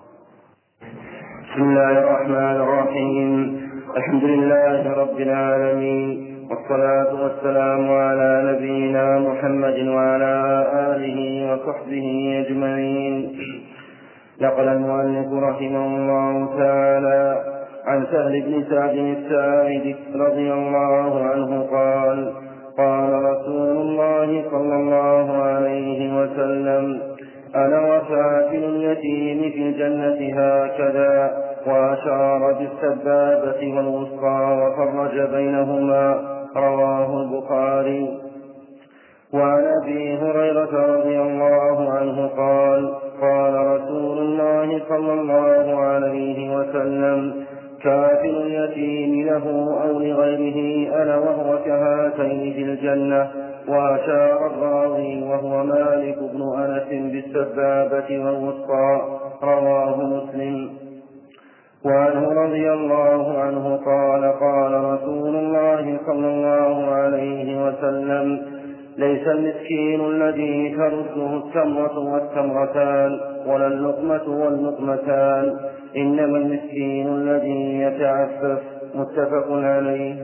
بسم الله الرحمن الرحيم. الحمد لله رب العالمين، والصلاة والسلام على نبينا محمد وعلى آله وصحبه أجمعين. نقل المؤلف رحمه الله تعالى عن سهل بن سعد الساعدي رضي الله عنه قال: قال رسول الله صلى الله عليه وسلم: أنا وكافل اليتيم في الجنة هكذا، وأشار بالسبابة والوسطى وفرج بينهما. رواه البخاري. وعن أبي هريرة رضي الله عنه قال: قال رسول الله صلى الله عليه وسلم: كافل اليتيم له أو لغيره أنا وهو كهاتين في الجنة. وأشار الراوي وهو مالك بن أنس بالسبابة والوسطى. رواه مسلم. وعنه رضي الله عنه قال: قال رسول الله صلى الله عليه وسلم: ليس المسكين الذي ترده التمرة والتمرتان ولا اللقمة واللقمتان، إنما المسكين الذي يتعفف. متفق عليه.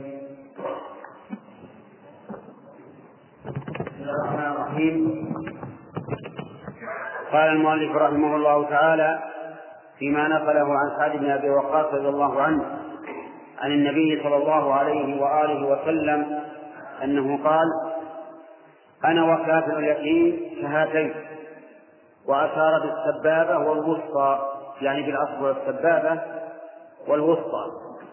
بسم الله الرحمن الرحيم. قال المؤلف رحمه الله تعالى فيما نقله عن سعد بن أبي وقاص رضي الله عنه عن النبي صلى الله عليه وآله وسلم أنه قال: أنا وكافل اليتيم كهاتين. وأشار بالسبابة والوسطى، يعني بالأصل والسبابة والوسطى.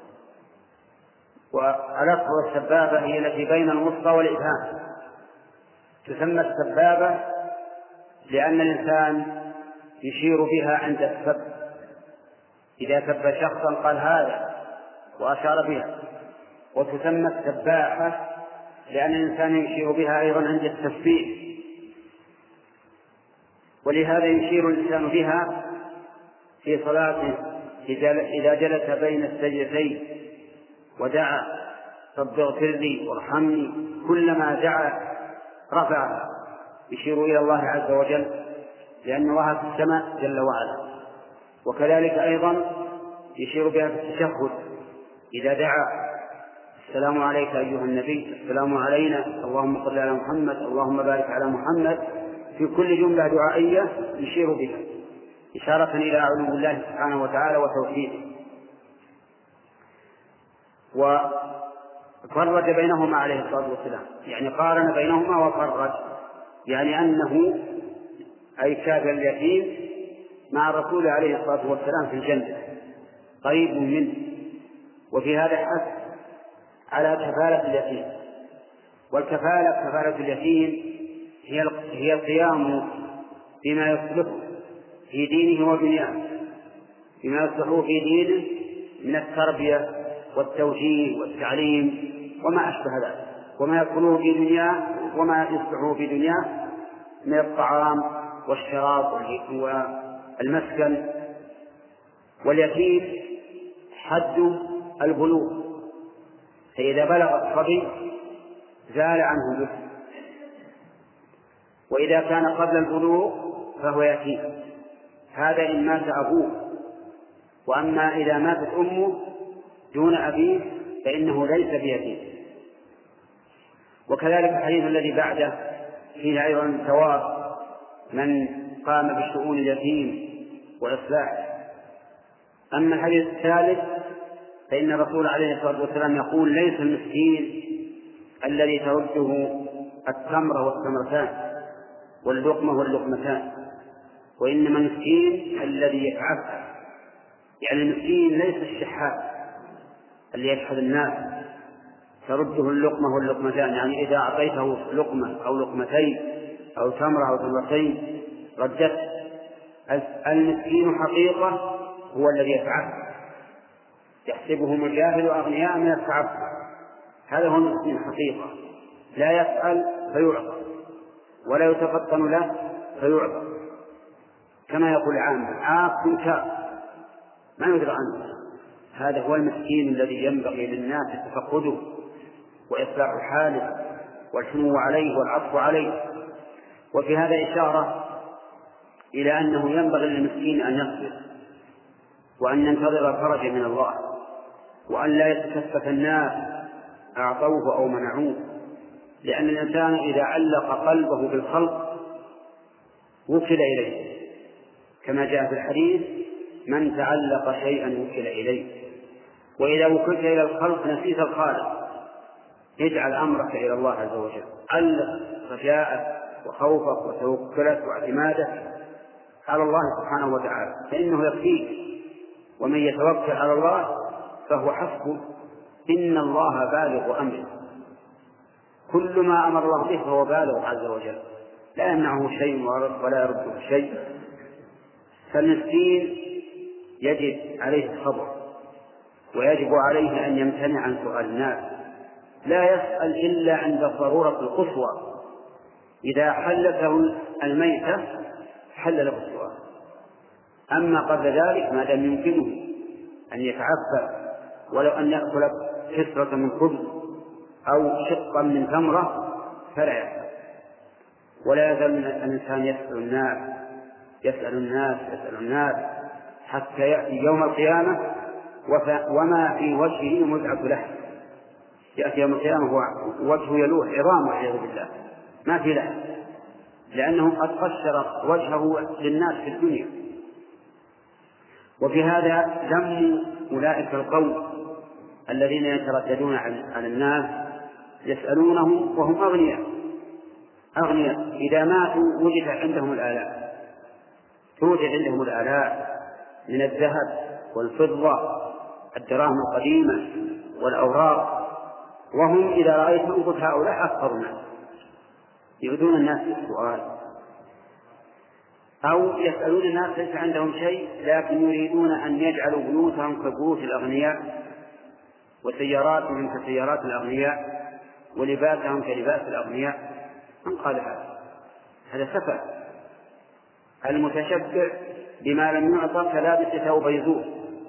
والأصل والسبابة هي التي بين الوسطى والإبهام. تسمى السبابة لأن الإنسان يشير بها عند السب، إذا سب شخصا قال هذا وأشار بها. وتسمى السباحة لأن الإنسان يشير بها أيضا عند التسبيح، ولهذا يشير الإنسان بها في صلاته إذا جلس بين السجدتين ودعا: رب اغفر لي وارحمني، كلما دعا رفعها يشير إلى الله عز وجل، لأن الله في السماء جل وعلا. وكذلك أيضا يشير بها في التشهد إذا دعا: السلام عليك أيها النبي، السلام علينا، اللهم صل على محمد، اللهم بارك على محمد. في كل جملة دعائية يشير بها إشارة إلى علو الله سبحانه وتعالى وتوحيده. وفرج بينهما عليه الصلاة والسلام، يعني قارن بينهما وفرج، يعني أنه أي كافل اليتيم مع الرسول عليه الصلاة والسلام في الجنة قريب منه. وفي هذا حث على كفالة اليتيم. والكفالة كفالة اليتيم هي هي القيام بما يصلحه في دينه ودنياه، بما يصلحه في دينه من التربية والتوجيه والتعليم وما أشبه ذلك، وما يدخله في دنياه وما يصلحه في دنياه من الطعام والشراب والمسكن. واليتيم حد البلوغ، فإذا بلغ الصبي زال عنه الإثم، وإذا كان قبل البلوغ فهو يتيم، هذا إن مات أبوه. وأما إذا ماتت أمه دون أبيه فإنه ليس بيتيم. وكذلك الحديث الذي بعده فيه أيضا ثواب من قام بشؤون اليتيم وإصلاحه. أما الحديث الثالث فإن الرسول عليه الصلاة والسلام يقول: ليس المسكين الذي ترده التمرة والتمرتان واللقمة واللقمتان، وإنما المسكين الذي يتعفف. يعني المسكين ليس الشحات اللي يشحذ الناس ترده اللقمة واللقمتان، يعني إذا أعطيته لقمة أو لقمتين أو تمرة أو تمرتين ردت. المسكين حقيقة هو الذي يتعفف، يحسبهم الجاهل أغنياء من التعفف، هذا هو المسكين حقيقة، لا يسأل فيعطى ولا يتفطن له فيعطى، كما يقول عام عاق كاف ما يدرى عنه. هذا هو المسكين الذي ينبغي للناس تفقده وإصلاح حاله والحنو عليه والعطف عليه. وفي هذا إشارة إلى أنه ينبغي للمسكين أن يصبر وأن ينتظر الفرج من الله، وأن لا يتكفف الناس أعطوه أو منعوه، لأن الإنسان إذا علق قلبه بالخلق وكل إليه، كما جاء في الحديث: من تعلق شيئا وكل إليه. وإذا وكلت إلى الخلق نسيت الخالق. اجعل أمرك إلى الله عز وجل، علق رجاءك وخوفك وتوكلك واعتمادك على الله سبحانه وتعالى، فإنه يكفيك، ومن يتوكل على الله فهو حسبه، إن الله بالغ أمره. كل ما أمر الله به فهو بالغ عز وجل، لا يمنعه شيء ولا يرده شيء. فالمسكين يجب عليه الصبر، ويجب عليه أن يمتنع عن سؤال الناس، لا يسأل إلا عند الضرورة القصوى. إذا حلته الميتة حل له السؤال، أما قبل ذلك ما دام يمكنه أن يتعفف ولو أن يأكل كسرة من خبز أو شقا من تمرة فلا يسأل. ولا يزال الإنسان يسأل الناس يسأل الناس يسأل الناس حتى يأتي يوم القيامة وما في وجهه مزعة لحم. يأتي يوم القيامة وجهه يلوح عظام والعياذ بالله، ما في لحم، لأنه قد قشر وجهه للناس في الدنيا. وفي هذا ذم أولئك القوم الذين يترددون على الناس يسألونهم وهم أغنياء أغنياء إذا ماتوا وجد عندهم الآلاف، توجد عندهم الآلاف من الذهب والفضة، الدراهم القديمة والأوراق، وهم إذا رأيتهم قلت هؤلاء أكثر الناس، يؤذون الناس بالسؤال، أو يسألون الناس ليس عندهم شيء لكن يريدون أن يجعلوا بيوتهم كبيوت الأغنياء وسياراتهم كسيارات الأغنياء ولباسهم كلباس الأغنياء. من قال هذا؟ هذا سفه. المتشبع بما لم يعطى كلابس ثوب يزور،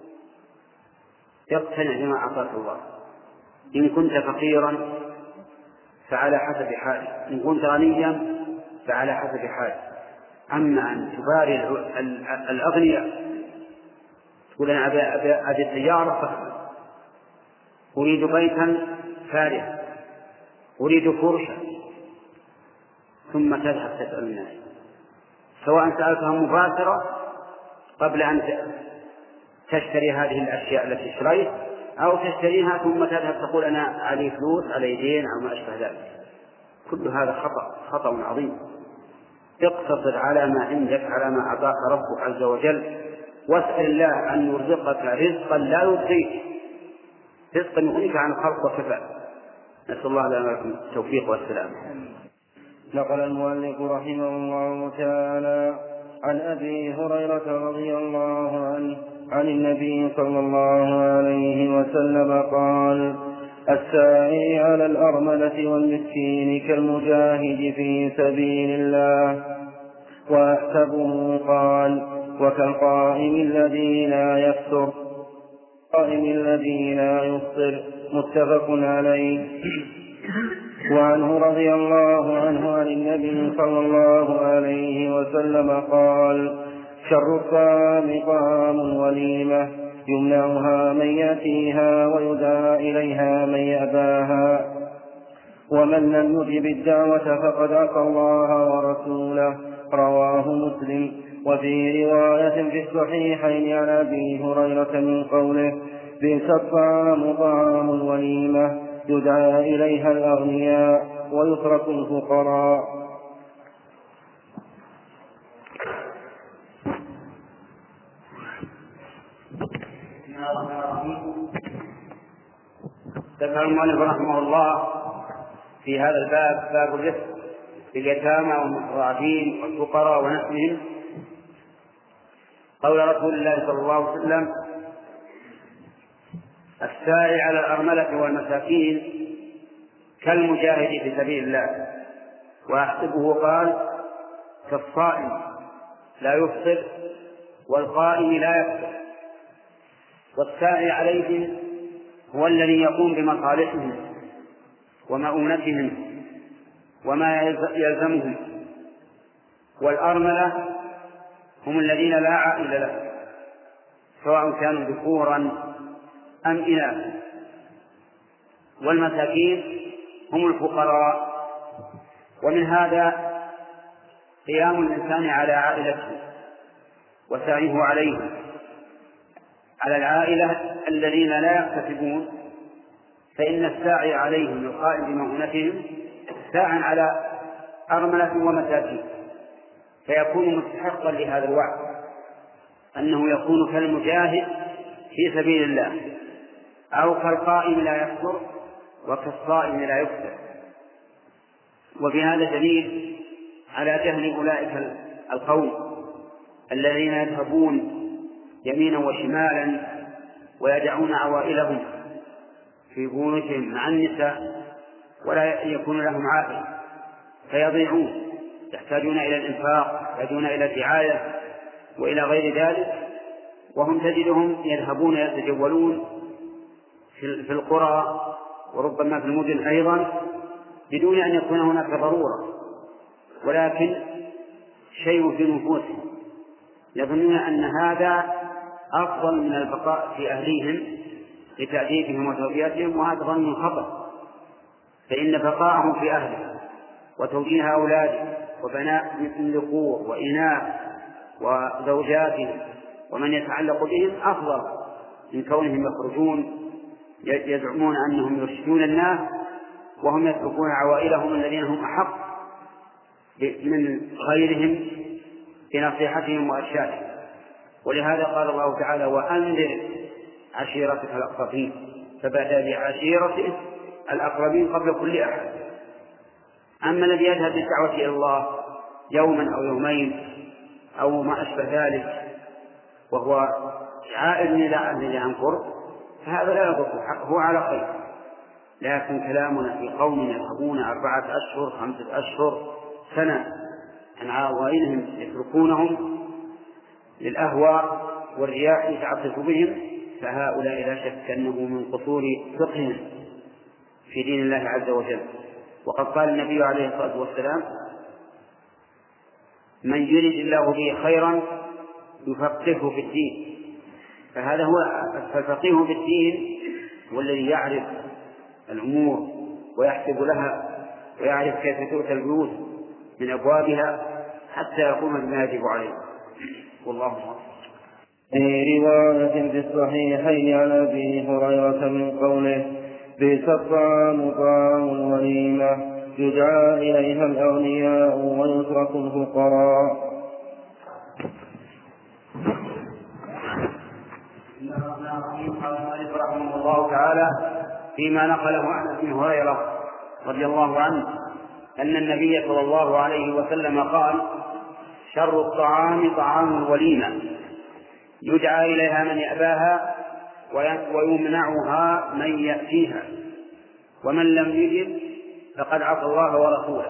يقتنع بما أعطاك الله. إن كنت فقيرا فعلى حسب حالك، إن كنت غنيا فعلى حسب حالك. أما أن تباري الأغنياء تقول أنا أبي سيارة فخمة، أريد بيتا فارغا، أريد فرشا، ثم تذهب تسأل الناس، سواء سألتهم مباشرة قبل أن تشتري هذه الأشياء التي اشتريت، أو تشتريها ثم تذهب تقول أنا علي فلوس علي دين أو ما أشبه ذلك. كل هذا خطأ خطأ عظيم. اقتصر على ما عندك، على ما أعطاك ربك عز وجل، واسأل الله أن يرزقك رزقا لا يضيق، رزقا يغنيك عن الخلق وكفى. نسأل الله لنا ولكم التوفيق والسلام.
نقل المؤلف رحمه الله تعالى عن أبي هريرة رضي الله عنه عن النبي صلى الله عليه وسلم قال: الساعي على الأرملة والمسكين كالمجاهد في سبيل الله. وأحسبه قال: وكالقائم الذي لا يفطر القائم الذي لا يفطر. متفق عليه. وعنه رضي الله عنه عن النبي صلى الله عليه وسلم قال: شر الطعام طعام وليمة يمنعها من يأتيها ويدعى إليها من يأباها. ومن لم يجب الدعوة فقد عصى الله ورسوله. رواه مسلم. وفي رواية في الصحيحين عن أبي هريرة من قوله: بئس الطعام طعام الوليمة يدعى إليها الأغنياء ويترك الفقراء.
ذكر المؤلف رحمه الله في هذا الباب باب الرفق باليتامى والمستضعفين والفقراء ونحوهم قول رسول الله صلى الله عليه وسلم: الساعي على الأرملة والمساكين كالمجاهد في سبيل الله. وأحسبه قال: كالصائم لا يفطر والقائم لا يفطر. والساعي عليهم هو الذي يقوم بمصالحهم ومؤونتهم وما يلزمهم، والأرملة هم الذين لا عائل لهم سواء كانوا ذكورا أم إناثا. والمساكين هم الفقراء. ومن هذا قيام الإنسان على عائلته وسعيه عليهم، على العائلة الذين لا يكتسبون، فإن الساعي عليهم القائم بمؤونتهم ساعا على أرملة ومساكين، فيكون مستحقا لهذا الوعد أنه يكون كالمجاهد في سبيل الله، أو كالقائم لا يفطر وكالصائم لا يفطر. وفي هذا دليل على جهل أولئك القوم الذين يذهبون يمينا وشمالا ويدعون عوائلهم في بيوتهم مع النساء ولا يكون لهم عائل فيضيعون، يحتاجون إلى الإنفاق، يحتاجون إلى الرعاية وإلى غير ذلك، وهم تجدهم يذهبون يتجولون في القرى وربما في المدن أيضا بدون أن يكون هناك ضرورة، ولكن شيء في نفوسهم يظنون أن هذا أفضل من البقاء في أهليهم لتأديبهم وتربيتهم، وهذا ظن خطأ، فإن بقاءهم في أهله وتوجيه أولادهم وبناء مثل ذكور وإناث وزوجاتهم ومن يتعلق بهم أفضل من كونهم يخرجون يزعمون أنهم يرشدون الناس وهم يتركون عوائلهم الذين هم أحق من غيرهم بنصيحتهم وإرشادهم. ولهذا قال الله تعالى: وأنذر عشيرتك الأقربين، فبدأ بعشيرته الأقربين قبل كل أحد. أما الذي يذهب بالدعوة إلى الله يوما أو يومين أو ما أشبه ذلك وهو عائد إلى أهله عن قرب فهذا لا يضر، هو على خير. لكن كلامنا في قوم يذهبون أربعة أشهر خمسة أشهر سنة عن عوائلهم يتركونهم للأهواء والرياح يتعطف بهم، فهؤلاء لا شك أنه من قصور فقههم في دين الله عز وجل. وقد قال النبي عليه الصلاة والسلام: من يرد الله به خيرا يفقهه في الدين. فهذا هو الفقيه في الدين والذي يعرف الأمور ويحسب لها ويعرف كيف تؤتى البيوت من أبوابها حتى يقوم بما يجب عليه. والله أعلم.
في رواية في الصحيحين عن أبي هريرة من قوله: بئس الطعام طعام الوليمة يدعى إليها الأغنياء ويترك الفقراء.
قال رحمه الله تعالى فيما نقله عن ابي هريره رضي الله عنه ان النبي صلى الله عليه وسلم قال: شر الطعام طعام الوليمه يدعى اليها من يأباها ويمنعها من يأتيها، ومن لم يجب فقد عصى الله ورسوله.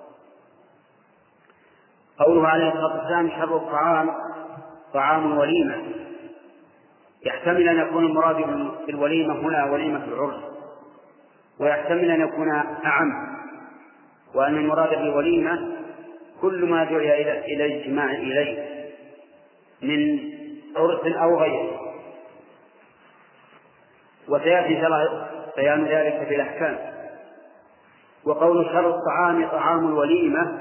قوله عليه الصلاه والسلام شر الطعام طعام الوليمه يحتمل أن يكون المراد بالوليمة هنا وليمة العرس، ويحتمل أن يكون أعم، وأن المراد بالوليمة كل ما دعي إلى الاجتماع إليه من عرس أو غيره. وسيأتي بيان ذلك في الأحكام. وقول شر الطعام طعام الوليمة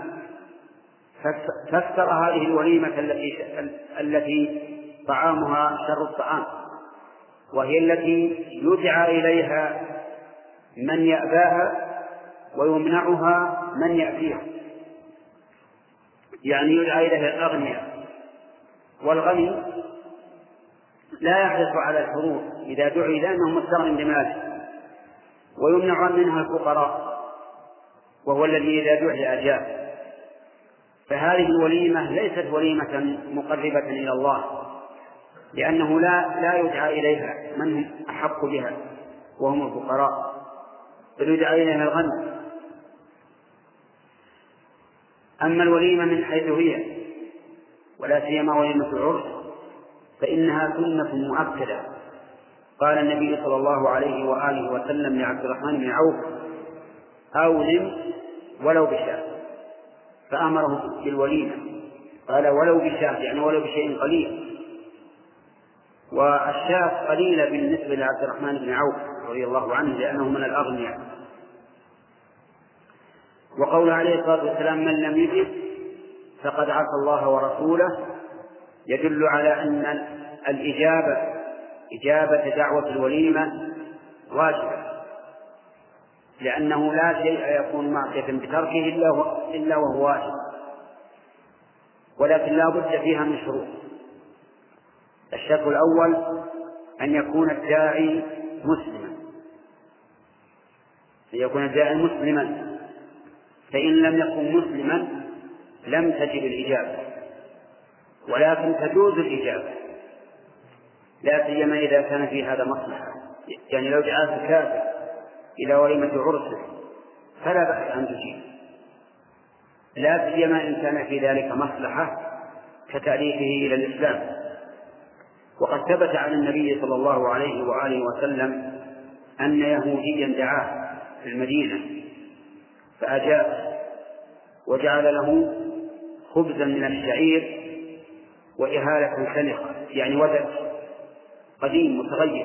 فسر هذه الوليمة التي التي طعامها شر الطعام، وهي التي يدعى إليها من يأباها ويمنعها من يأتيها، يعني يدعى إليها الأغنياء، والغني لا يحرص على الحروب إذا دعي لأنه مستغن بماله، ويمنع منها الفقراء وهو الذي إذا دعي أجاب. فهذه الوليمة ليست وليمة مقربة إلى الله، لأنه لا لا يدعى إليها من هم أحق بها وهم الفقراء، بل يدعى إليها الغني. أما الوليمة من حيث هي ولا سيما وليمة العرس فإنها سنة مؤكدة. قال النبي صلى الله عليه وآله وسلم لعبد الرحمن بن عوف: أولم ولو بشاة، فأمره بالوليمة، قال ولو بشاة يعني ولو بشيء قليل، والشاة قليلة بالنسبة لعبد الرحمن بن عوف رضي الله عنه لأنه من الأغنياء. وقول عليه الصلاة والسلام: من لم يجب فقد عصى الله ورسوله، يدل على أن الإجابة إجابة دعوة الوليمة واجبة، لأنه لا شيء يكون معصية بتركه إلا وهو واجب، ولكن لا بد فيها من شروط. الشرط الأول أن يكون الداعي مسلما، أن يكون الداعي مسلما، فإن لم يكن مسلما لم تجب الإجابة، ولكن تجوز الإجابة، لا سيما إذا كان في هذا مصلحة. يعني لو جاء كافر إلى وليمة عرسه فلا بأس أن تجيب، لا سيما إن كان في ذلك مصلحة كتأليفه إلى الإسلام. وقد ثبت عن النبي صلى الله عليه وآله وسلم أن يهوديا دعاه في المدينة فأجاب وجعل له خبزا من الشعير وإهالة سنخة، يعني ودك قديم متغير.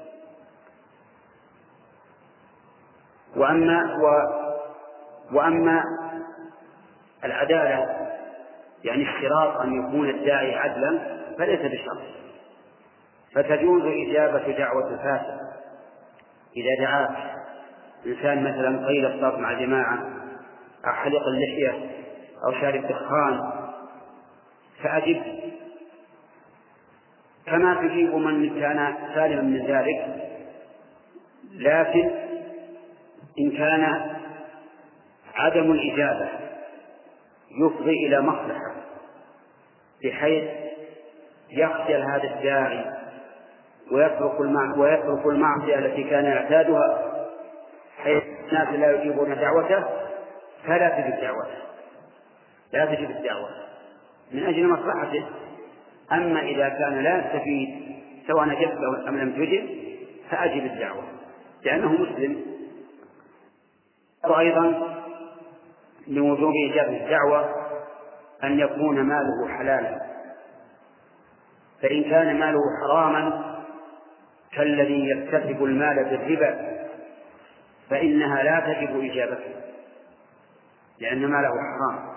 وأما, و وأما العدالة يعني اشتراط أن يكون الداعي عدلا فليس بشرط، فتجوز إجابة دعوة الفاسق. إذا دعاك إنسان مثلا قيل الصلاة مع جماعة أو حلق اللحية أو شارب دخان فأجب كما تجيب من كان سالما من ذلك، لكن إن كان عدم الإجابة يفضي إلى مصلحة بحيث يخجل هذا الداعي ويترك المعصية التي كان يعتادها حيث الناس لا يجيبون دعوته فلا تجب دعوته، لا تجب الدعوة من أجل مصلحته. أما إذا كان لا يستفيد سواء نجبت أم لم تجب فأجب الدعوة لأنه مسلم. وأيضا من وجوب إجابة الدعوة أن يكون ماله حلالا، فإن كان ماله حراما كالذي يكتسب المال بالربا فإنها لا تجب إجابته لأن ماله حرام.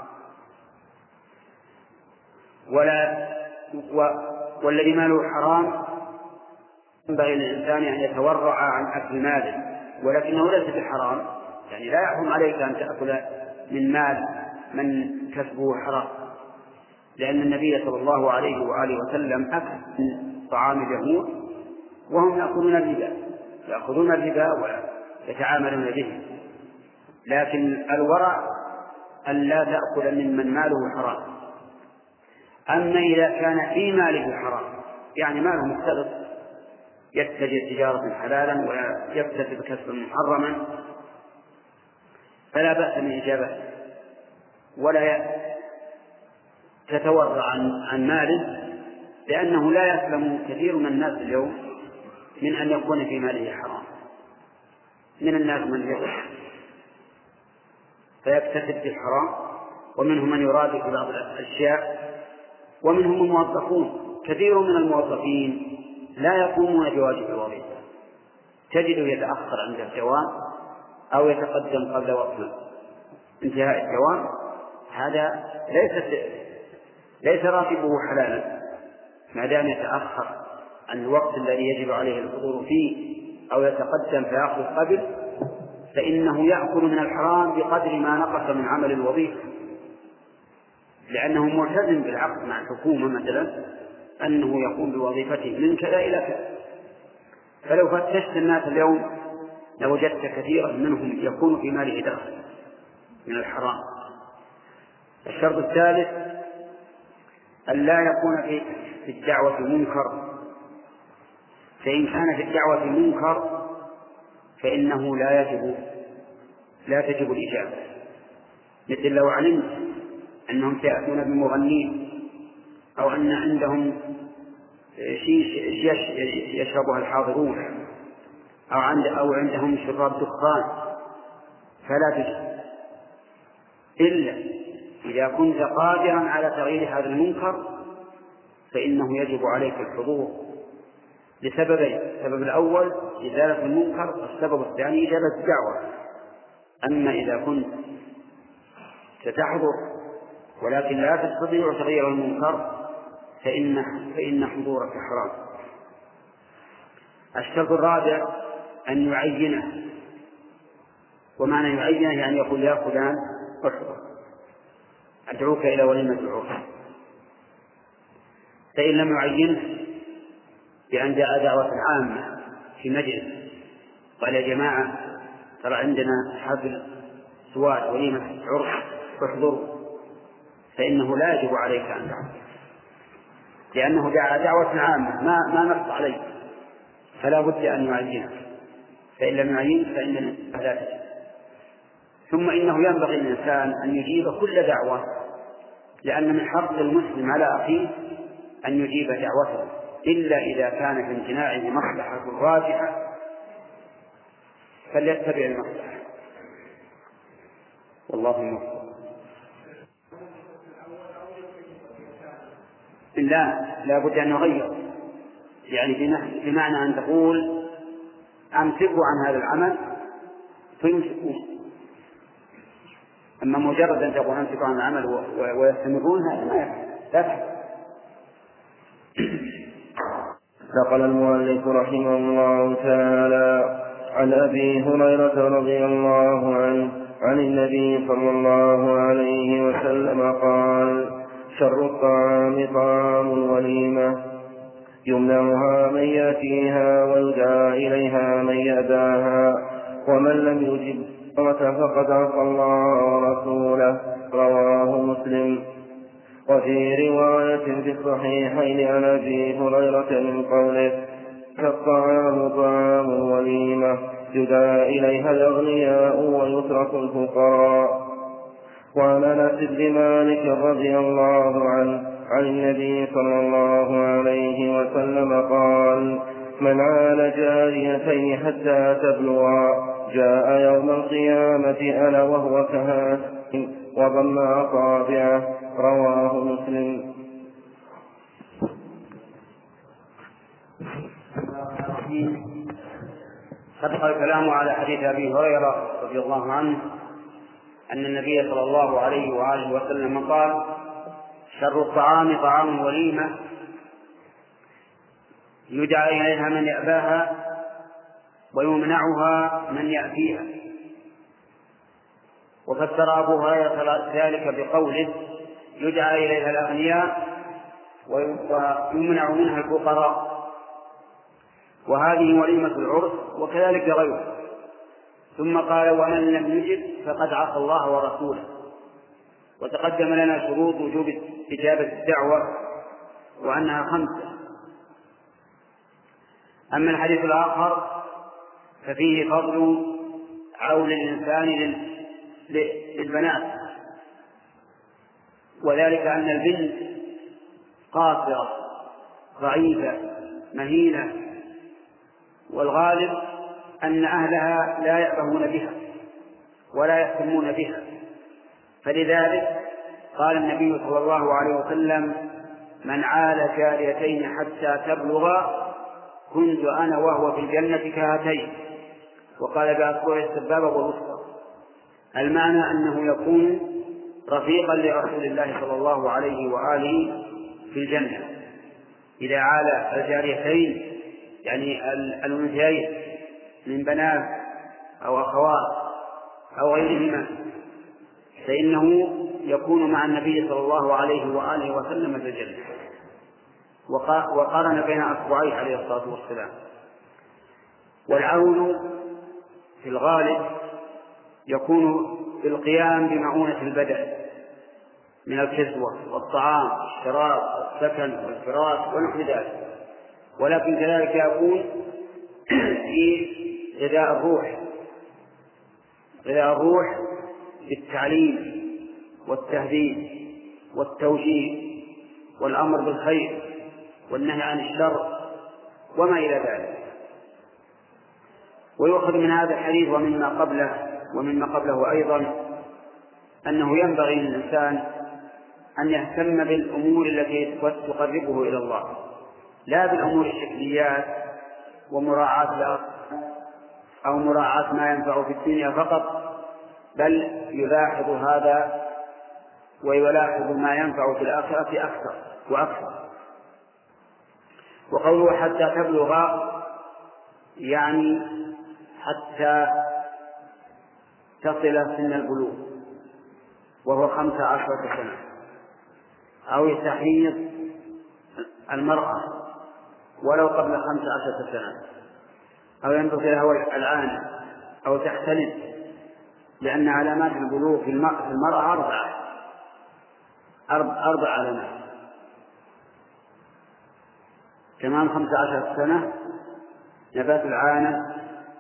ولا و... والذي ماله حرام ينبغي للإنسان أن يتورع عن أكل ماله، ولكنه ليس بحرام، يعني لا يحرم عليك أن تأكل من مال من كسبه حرام، لأن النبي صلى الله عليه وآله وسلم أكل من طعام اليهود وهم يأكلون الربا يأخذون الربا ويتعاملون به، لكن الورع أن لا تأكل ممن ماله حرام. أما إذا كان في ماله حرام يعني ماله مختلط يتجر تجارة حلالا ويكتسب كسبا محرما فلا بأس من إجابته، ولا تتورع عن, عن ماله، لأنه لا يسلم كثير من الناس اليوم من أن يكون في ماله حرام. من الناس من يضح فيكتسب في الحرام، ومنهم من يراد في بعض الأشياء، ومنهم الموظفون. كثير من الموظفين لا يقومون بواجب الوظيفة، تجده يتأخر عند الدوام أو يتقدم قبل وقت انتهاء الدوام هذا ليس ليس راتبه حلالا ما دام يتأخر عن الوقت الذي يجب عليه الحضور فيه أو يتقدم فيأخذ قبل، فإنه يأكل من الحرام بقدر ما نقص من عمل الوظيفة، لأنه ملتزم بالعقد مع الحكومة مثلا أنه يقوم بوظيفته من كذا إلى كذا. فلو فتشت الناس اليوم لوجدت كثيرا منهم يكون في ماله دخل من الحرام. الشرط الثالث أن لا يكون في الدعوة منكر، فإن كان في الدعوة منكر فإنه لا يجب لا تجب الإجابة، مثل لو علمت أنهم سيأتون بمغنين أو أن عندهم شيء يشربها الحاضرون أو عند أو عندهم شراب دخان فلا تجب، إلا إذا كنت قادرا على تغيير هذا المنكر فإنه يجب عليك الحضور لسببين: السبب الأول إزالة المنكر، والسبب الثاني إجابة الدعوة. أما إذا كنت ستحضر ولكن لا تستطيع تغيير المنكر فإن, فإن حضورك حرام. الشرط الرابع أن يعينه، ومعنى يعينه يعني يقول يا فلان احضر أدعوك إلى وليمة العرس، فإن لم يعينه بأن جاء دعوة عامة في مجلس قال يا جماعة ترى عندنا حفل سواد وليمة عرس احضروا، فإنه لا يجب عليك أن تعمل، لأنه دعا دعوة عامة ما ما نص عليه، فلا بد أن يعينه، فإن لم يعين فإن لا تجب. ثم إنه ينبغي للإنسان أن يجيب كل دعوة، لأن من حق المسلم على أخيه أن يجيب دعوته، إلا إذا كان في امتناعه مصلحة راجحة فليتبع المصلحة. والله موفق. لا لا بد أن نغير، يعني بمعنى أن تقول أمسكوا عن هذا العمل فيمسكون، أما مجرد أن تقول أمسكوا عن العمل ويستمرون هذا ما يفعل.
نقل المؤلف رحمه الله تعالى عن أبي هريرة رضي الله عنه عن النبي صلى الله عليه وسلم قال: شر الطعام طعام الوليمة يمنعها من يأتيها ويدعى إليها من يأباها، ومن لم يجب فقد عصى الله ورسوله. رواه مسلم. وفي رواية في الصحيحين عن أبي هريرة من قوله: فالطعام طعام الوليمة يدعى إليها الأغنياء ويترك الفقراء. وعن أنس بن مالك رضي الله عنه عن النبي صلى الله عليه وسلم قال: من عال جاريتين حتى تبلغا جاء يوم القيامة أنا وهو كهاتين وضم أصابعه. رواه مسلم.
سبق الكلام على حديث أبي هريرة رضي الله عنه أن النبي صلى الله عليه وآله وسلم قال: شر الطعام طعام الوليمة يدعى إليها من يأباها ويمنعها من يأتيها. وفسر أبو هريرة ذلك بقوله: يدعى إليها الأغنياء ويمنع منها الفقراء، وهذه وليمة العرس وكذلك غيره. ثم قال: ومن لم يجب فقد عصى الله ورسوله. وتقدم لنا شروط وجوب إجابة الدعوة وأنها خمسة. أما الحديث الآخر ففيه فضل عول الإنسان للبنات، وذلك أن البنت قاصرة ضعيفة مهينة، والغالب أن أهلها لا يأبهون بها ولا يهتمون بها، فلذلك قال النبي صلى الله عليه وسلم: من عال جاريتين حتى تبلغا كنت أنا وهو في الجنة كهاتين. وقال بأصبعه السبابة والوسطى. المعنى أنه يكون رفيقا لرسول الله صلى الله عليه وآله في الجنة إذا عال الجاريتين يعني الأنثيين من بنات أو أخوات أو غيرهما فإنه يكون مع النبي صلى الله عليه وآله وسلم في الجنة. وقارن بين أصبعيه عليه الصلاة والسلام. والعون في الغالب يكون بالقيام بمعونة البدن من الكسوة والطعام والشراب والسكن والفراش ونحو ذلك، ولكن كذلك يكون في غذاء الروح غذاء الروح بالتعليم والتهذيب والتوجيه والأمر بالخير والنهي عن الشر وما إلى ذلك. ويؤخذ من هذا الحديث ومما قبله ومما قبله أيضا أنه ينبغي للإنسان أن يهتم بالأمور التي تقربه إلى الله، لا بالأمور الشكليات ومراعاة الأرض أو مراعاة ما ينفع في الدنيا فقط، بل يلاحظ هذا ويلاحظ ما ينفع في الآخرة أكثر وأكثر. وقوله حتى تبلغ يعني حتى تصل سن البلوغ وهو خمس عشرة سنة، أو تحيض المرأة ولو قبل خمس عشرة سنة، أو ينبغي لها العانة أو تحتلم، لأن علامات البلوغ في المرأة أربعة أربع علامات: تمام خمس عشرة سنة، نبات العانة،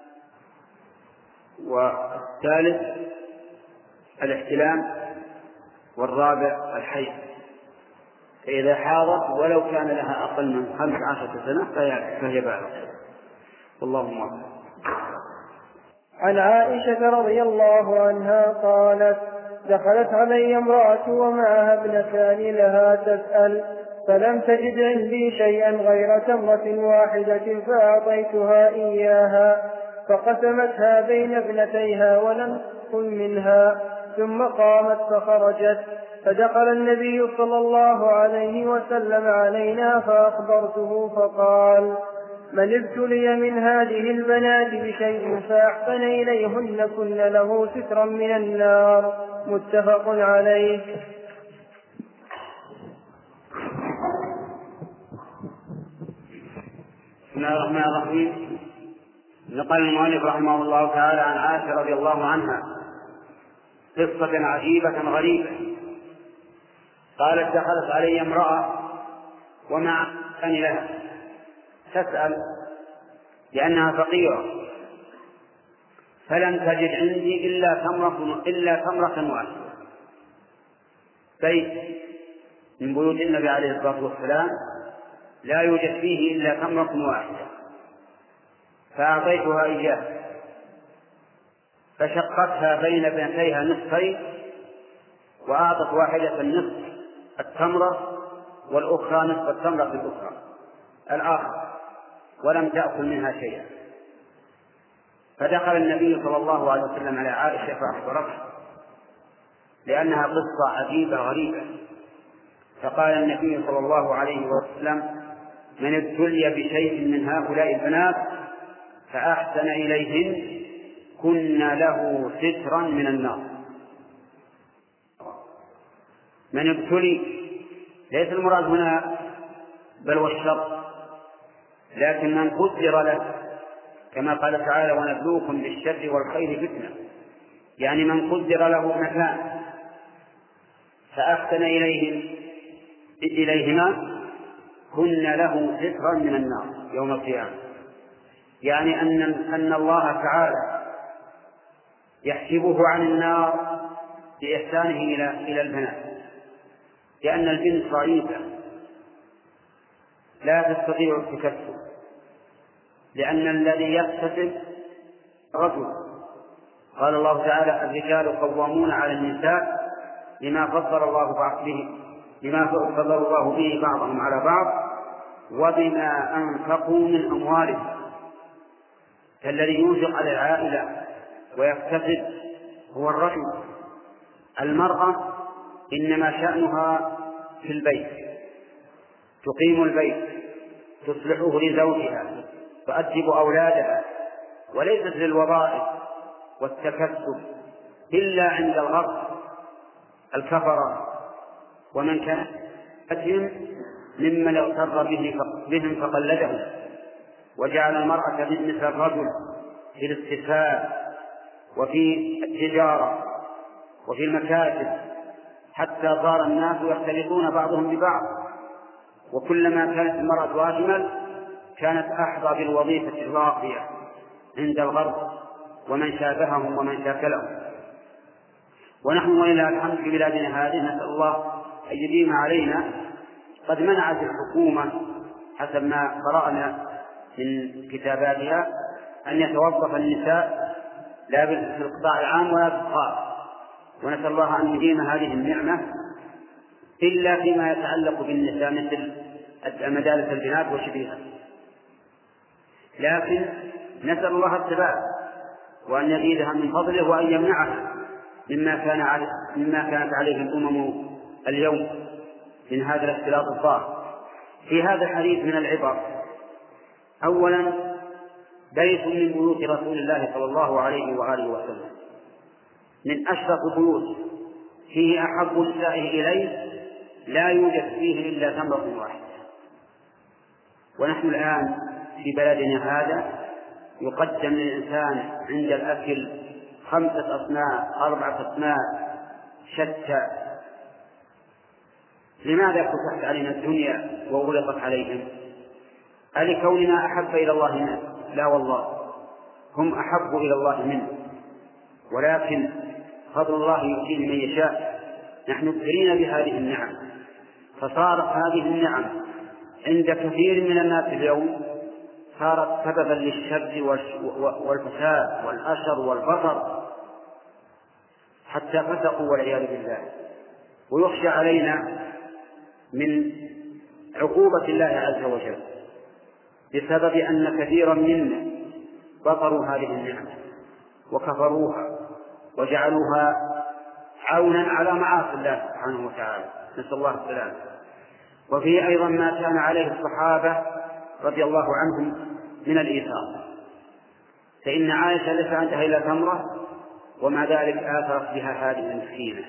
والثالث الاحتلام، والرابع الحيض. فإذا حاضت ولو كان لها أقل من خمس عشرة سنة فهي بالغة. والله أعلم.
عن عائشة رضي الله عنها قالت: دخلت علي امرأة ومعها ابنتان لها تسأل، فلم تجد عندي شيئا غير تمرة واحدة فأعطيتها إياها، فقسمتها بين ابنتيها ولم تكن منها، ثم قامت فخرجت، فدخل النبي صلى الله عليه وسلم علينا فأخبرته فقال: من ابتلي من هذه البنات بشيء فأحسن إليهن كن له سترا من النار. متفق عليه.
بسم الله الرحمن الرحيم. نقل المؤلف رحمه الله تعالى عن عائشة رضي الله عنها قصة عجيبة غريبة. قالت: دخلت علي امرأة ومع أن لها تسأل لأنها فقيرة، فلم تجد عندي إلا تمرة إلا تمرة واحدة، بيت من بيوت النبي عليه الصلاة والسلام لا يوجد فيه إلا تمرة واحدة، فأعطيتها إياه، فشقتها بين ابنتيها نصفين، وأعطت واحدة النصف التمرة والأخرى نصف التمرة الأخرى الآخر، ولم تأكل منها شيئا. فدخل النبي صلى الله عليه وسلم على عائشة فأخبرته، لأنها قصة عجيبة غريبة. فقال النبي صلى الله عليه وسلم: من ابتلي بشيء من هؤلاء البنات فأحسن إليهن كن له سترا من النار. من ابتلي ليس المراد هنا بل والشر، لكن من قدر له، كما قال تعالى: ونبلوكم بالشر والخير فتنة، يعني من قدر له ابنتان فأحسن إليهم إليهما كن له سترا من النار يوم القيامة، يعني أن أن الله تعالى يحجبه عن النار بإحسانه إلى إلى البنات، لأن البنت ضعيفة لا تستطيع التكسب، لأن الذي يكتسب رجل. قال الله تعالى: الرجال قوامون على النساء بما فضل الله به بما فضل الله به بعضهم على بعض وبما أنفقوا من أموالهم. فالذي ينفق على العائلة ويقتصد هو الرجل. المرأة إنما شأنها في البيت، تقيم البيت، تصلحه لزوجها، تؤدب أولادها، وليست للوظائف والتكسب إلا عند الغرب الكفرة ومن كان ممن اغتر بهم فقلدهم، وجعل المرأة مثل الرجل في الاستفهام وفي التجارة وفي المكاتب، حتى صار الناس يختلطون بعضهم ببعض، وكلما كانت المرأة أجمل كانت أحظى بالوظيفة الراقية عند الغرب ومن شابههم ومن شاكلهم. ونحن ولله الحمد في بلادنا هذه نسأل الله أن يديم علينا. قد منعت الحكومة حسب ما قرأنا من كتاباتها أن يتوظف النساء لا في القطاع العام ولا في الخاص، ونسأل الله أن يديم هذه النعمة إلا فيما يتعلق بالنساء مثل مدارس البنات وشبيهها. لكن نسأل الله الثبات وأن يزيدها من فضله وأن يمنعها مما كان علي مما كانت عليه الأمم اليوم من هذا الاختلاط الظاهر. في هذا الحديث من العبر: أولا، بيت من بيوت رسول الله صلى الله عليه وآله وسلم من أشرف البيوت، فيه أحب نسائه إليه، لا يوجد فيه إلا تمرة واحدة. ونحن الآن في بلدنا هذا يقدم للإنسان عند الأكل خمسة أصناف أربعة أصناف شتى. لماذا فتحت علينا الدنيا وغلقت عليهم؟ ألكوننا أحب إلى الله منه؟ لا والله، هم أحب إلى الله منه، ولكن فضل الله يؤتيه من يشاء. نحن مبتلين بهذه النعم، فصارت هذه النعم عند كثير من الناس اليوم صارت سببا للشر والفساد والأشر والبطر، حتى فسقوا والعياذ بالله. ويخشى علينا من عقوبة الله عز وجل بسبب أن كثيرا منا بطروا هذه النعمة وكفروها وجعلوها عونا على معاصي الله سبحانه وتعالى، نسأل الله السلامة. وفيه أيضا ما كان عليه الصحابة رضي الله عنهم من الإيثار، فإن عائشة ليس عندها إلا تمرة ومع ذلك آثرت بها هذه المسكينة.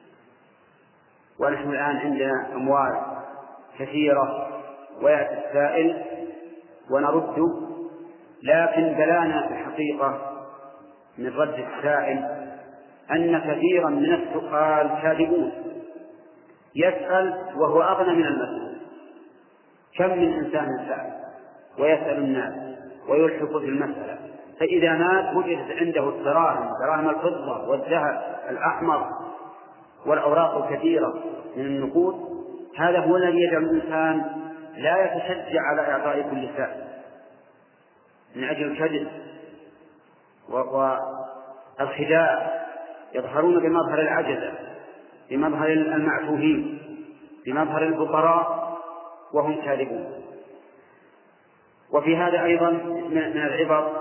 ونحن الآن عندنا أموال كثيرة ويأتي السائل ونرد، لكن بلانا في الحقيقة من رد السائل أن كثيرا من السؤال كاذبون، يسأل وهو أغنى من المسؤول. كم من إنسان سائل ويسأل الناس ويلحق في المسألة، فإذا مات وجدت عنده الدراهم، دراهم الفضة والذهب الأحمر والأوراق الكثيرة من النقود. هذا هو الذي يجعل الإنسان لا يتشجع على إعطاء كل سائل من أجل الكذب والخداع. يظهرون بمظهر العجزة، بمظهر المعفوهين، بمظهر الفقراء، وهم كاذبون. وفي هذا أيضا من العبر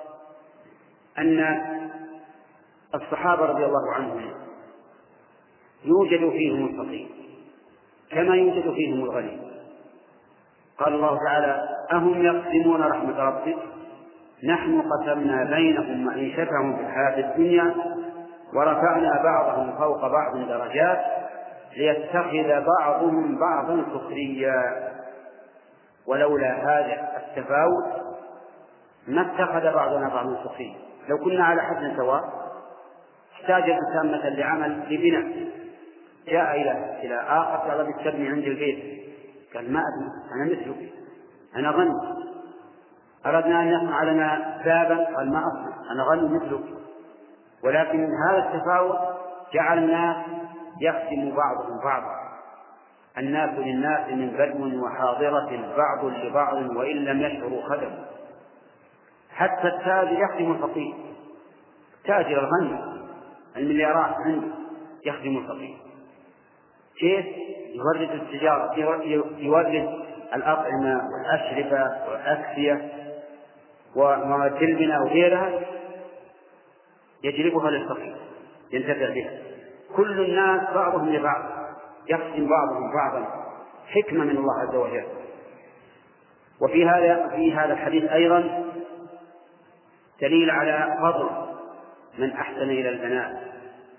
أن الصحابة رضي الله عنهم يوجد فيهم الفقير كما يوجد فيهم الغني. قال الله تعالى: أهم يقسمون رحمة ربك نحن قسمنا بينهم معيشتهم في الحياة الدنيا ورفعنا بعضهم فوق بعض درجات ليتخذ بعضهم بعضا سخريا. ولولا هذا التفاوت ما اتخذ بعضنا بعضا سخريا. لو كنا على حد سواء احتاج الإنسان مثلا لعمل لبناء، جاء إلى إلى آخر قال: بتبني عندي البيت، قال: ما أبني، أنا مثلك، أنا غني. أردنا أن يصنع لنا بابا، قال: ما أصنع، أنا غني مثلك. ولكن هذا التفاوت جعل الناس يخدم بعضهم بعضا، الناس للناس من بدو وحاضرة بعض لبعض وإن لم يشعروا خدموا. حتى التاجر يخدم الفقير، تاجر الغني المليارات عنده يخدم الفقير. كيف؟ يورد التجارة، يورد الأطعمة والأشربة والأكسية ومواد البناء وغيرها يجلبها للفقير ينتفع بها. كل الناس بعضهم لبعض، يخدم بعضهم بعضا، حكمة من الله عز وجل. وفي هذا في هذا الحديث أيضا دليل على فضل من أحسن إلى البنات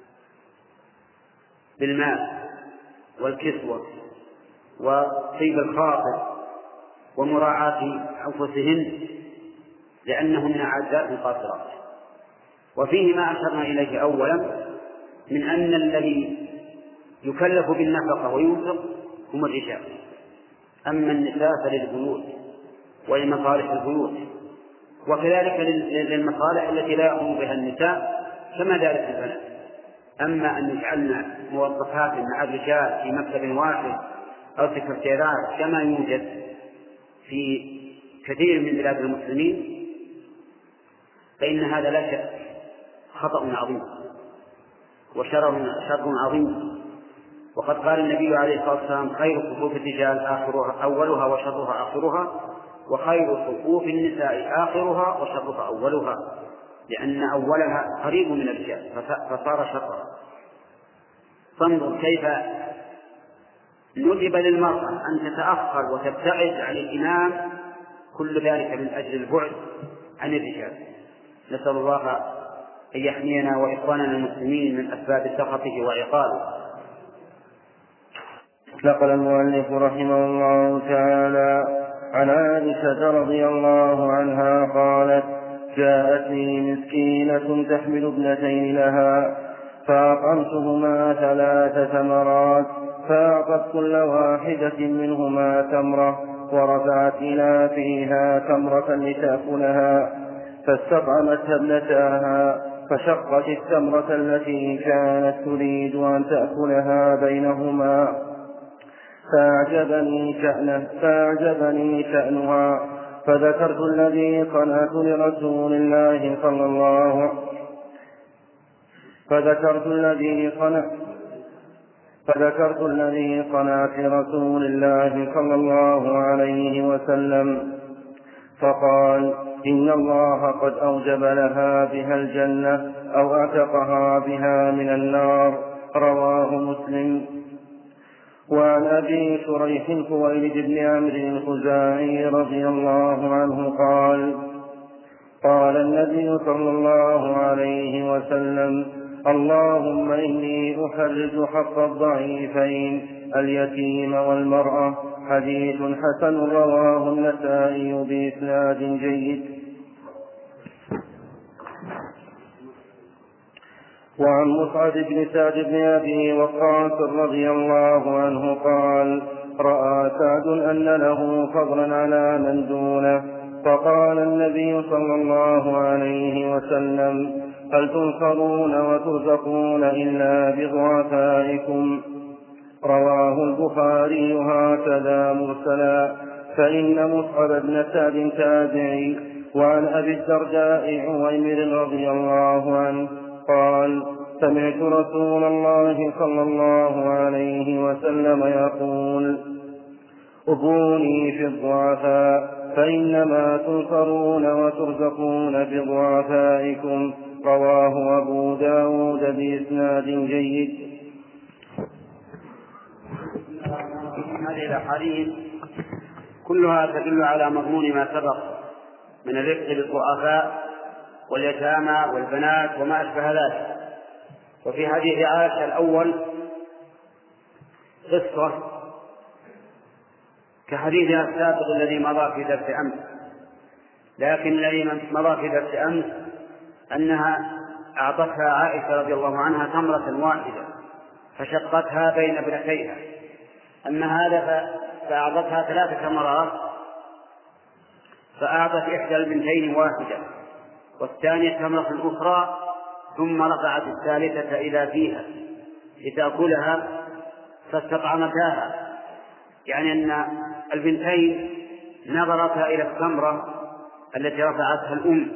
بالمال والكسوة وطيب الخاطر ومراعاة أنفسهن لأنهن عادات قاصرات. وفيه ما أشرنا إليه أولا من أن الذي يكلف بالنفقة وينفق هم الرجال، أما النساء فللبيوت ولمصالح البيوت، وكذلك للمصالح التي لا يقوم بها النساء كما ذلك البنات. أما أن يجعلنا موظفات مع الرجال في مكتب واحد أو سكرتيرات كما يوجد في كثير من بلاد المسلمين فإن هذا لا شك خطأ عظيم وشر شر عظيم. وقد قال النبي عليه الصلاة والسلام: خير صفوف الرجال آخرها أولها وشرها آخرها، وخير صفوف النساء آخرها وشرها أولها، لأن أولها قريب من الرجال فصار شرها. فانظر كيف ندب للمرأة أن تتأخر وتبتعد عن الإمام، كل ذلك من أجل البعد عن الرجال. نسأل الله أن يحمينا وإخواننا المسلمين من أسباب سخطه وعقابه.
نقل المؤلف رحمه الله تعالى عن عائشة رضي الله عنها قالت: جاءتني مسكينة تحمل ابنتين لها فأطعمتهما ثلاث تمرات، فأعطت كل واحدة منهما تمرة ورفعت إلى فيها تمرة لتأكلها، فاستطعمتها ابنتاها فشقت التمرة التي كانت تريد أن تأكلها بينهما، فأعجبني شأنه فأعجبني شأنها، فذكرت الذي صنعت لرسول الله صلى الله فذكرت الذي صنعت فذكرت الذي صنعت لرسول الله صلى الله عليه وسلم، فقال: إن الله قد أوجب لها بها الجنة أو أعتقها بها من النار. رواه مسلم. وعن أبي شريح خويلد بن عمرو الخزاعي رضي الله عنه قال: قال النبي صلى الله عليه وسلم: اللهم إني أحرج حق الضعيفين اليتيم والمرأة. حديث حسن رواه النسائي بإسناد جيد. وعن مصعب بن سعد بن أبي وقاص رضي الله عنه قال: رأى سعد أن له فضلا على من دونه، فقال النبي صلى الله عليه وسلم: هل تنصرون وترزقون إلا بضعفائكم؟ رواه البخاري هكذا مرسلا، فإن مصعب بن سعد تابعي. وعن أبي الدرداء عويمر رضي الله عنه قال: سمعت رسول الله صلى الله عليه وسلم يقول: أبوني في الضعفاء فإنما تنصرون وترزقون بضعفائكم. رواه أبو داود بإسناد جيد.
هذه الأحاديث كلها تدل على مضمون ما سبق من الرفق بالضعفاء واليتامى والبنات وما أشبه ذلك. وفي حديث عائشة الأول قصة كحديثها السابق الذي مضى في درس أمس، لكن الذي مضى في درس أمس أنها أعطتها عائشة رضي الله عنها تمرة واحدة فشقتها بين ابنتيها. أما هذا فأعطتها ثلاث تمرات، فأعطت إحدى البنتين واحدة والثانية تمرة أخرى، ثم رفعت الثالثة إلى فيها لتأكلها فاستطعمتاها، يعني أن البنتين نظرتا إلى التمرة التي رفعتها الأم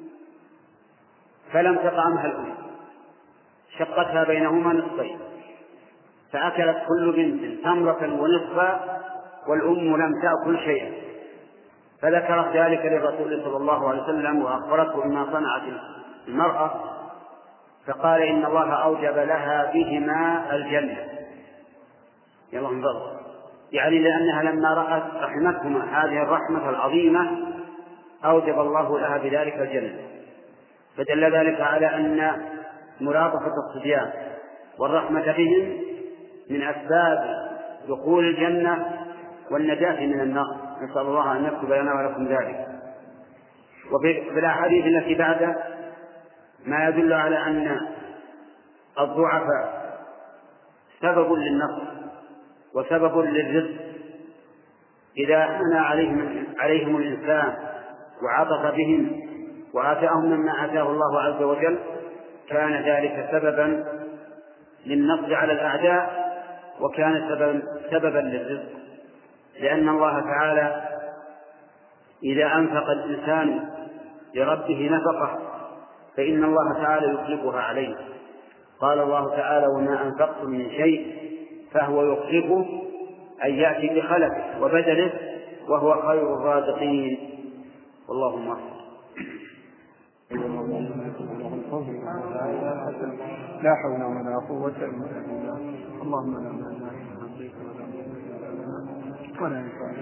فلم تطعمها الأم، شقتها بينهما نصفين، فأكلت كل بنت تمرة ونصفا والأم لم تأكل شيئا. فذكرت ذلك للرسول صلى الله عليه وسلم وأخبرته بما صنعت المرأة، فقال إن الله أوجب لها بهما الجنة. يلا انظر، يعني لأنها لما رأت رحمتهما هذه الرحمة العظيمة أوجب الله لها بذلك الجنة. فدل ذلك على أن مرافقة الصبيان والرحمة بهم من أسباب دخول الجنة والنجاة من النار. نسأل الله أن يكتب لنا ولكم ذلك. وفي الأحاديث التي بعد ما يدل على أن الضعفاء سبب للنصر وسبب للرزق. إذا أنعم عليهم, عليهم الإنسان وعطف بهم وآتاهم مما آتاه الله عز وجل كان ذلك سببا للنصر على الأعداء، وكان سببا, سببا للرزق، لأن الله تعالى إذا أنفق الإنسان لربه نفقه فإن الله تعالى يخلفها عليه. قال الله تعالى: وما أنفقتم من شيء فهو يخلفه، أن يأتي بخلفه وبدله وهو خير الرازقين. والله أعلم.
لا حول ولا قوة إلا بالله. اللهم لا مانع ولا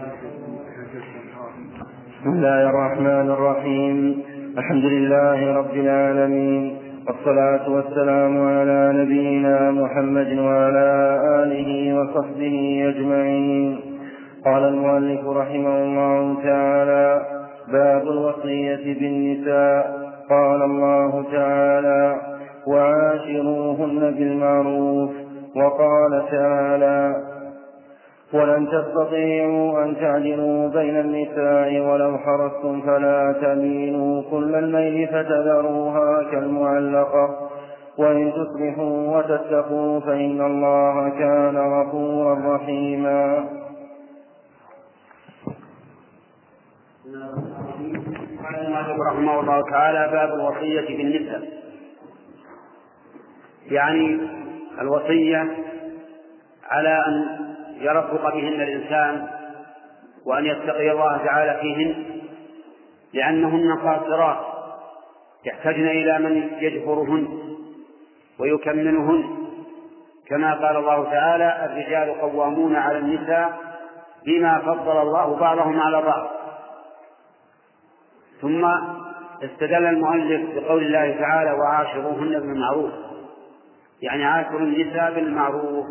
بسم الله الرحمن الرحيم. الحمد لله رب العالمين، والصلاة والسلام على نبينا محمد وعلى آله وصحبه أجمعين. قال المؤلف رحمه الله تعالى: باب الوصية بالنساء. قال الله تعالى: وعاشروهن بالمعروف. وقال تعالى: ولن تستطيعوا أن تعدلوا بين النساء ولو حرصتم فلا تميلوا كل الميل فتذروها كالمعلقة، وإن تصلحوا وتتقوا فإن الله كان غفورا رحيما.
قال المؤلف رحمه الله تعالى: باب الوصية بالنساء، يعني الوصية على أن يرفق بهن الإنسان وأن يتقي الله تعالى فيهن، لأنهن قاصرات يحتاجن إلى من يجبرهن ويكملهن، كما قال الله تعالى: الرجال قوامون على النساء بما فضل الله بعضهم على بعض. ثم استدل المؤلف بقول الله تعالى: وعاشروهن بالمعروف، يعني عاشروا النساء بالمعروف.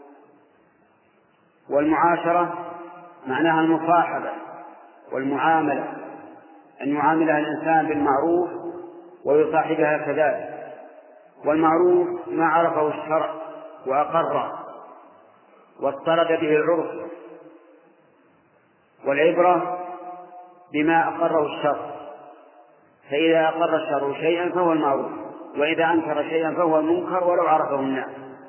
والمعاشرة معناها المصاحبة والمعاملة، أن يعاملها الإنسان بالمعروف ويصاحبها كذلك. والمعروف ما عرفه الشرع وأقره واضطرد به العرف، والعبرة بما أقره الشرع، فإذا أقر الشرع شيئا فهو المعروف، وإذا أنكر شيئا فهو المنكر ولو عرفه الناس.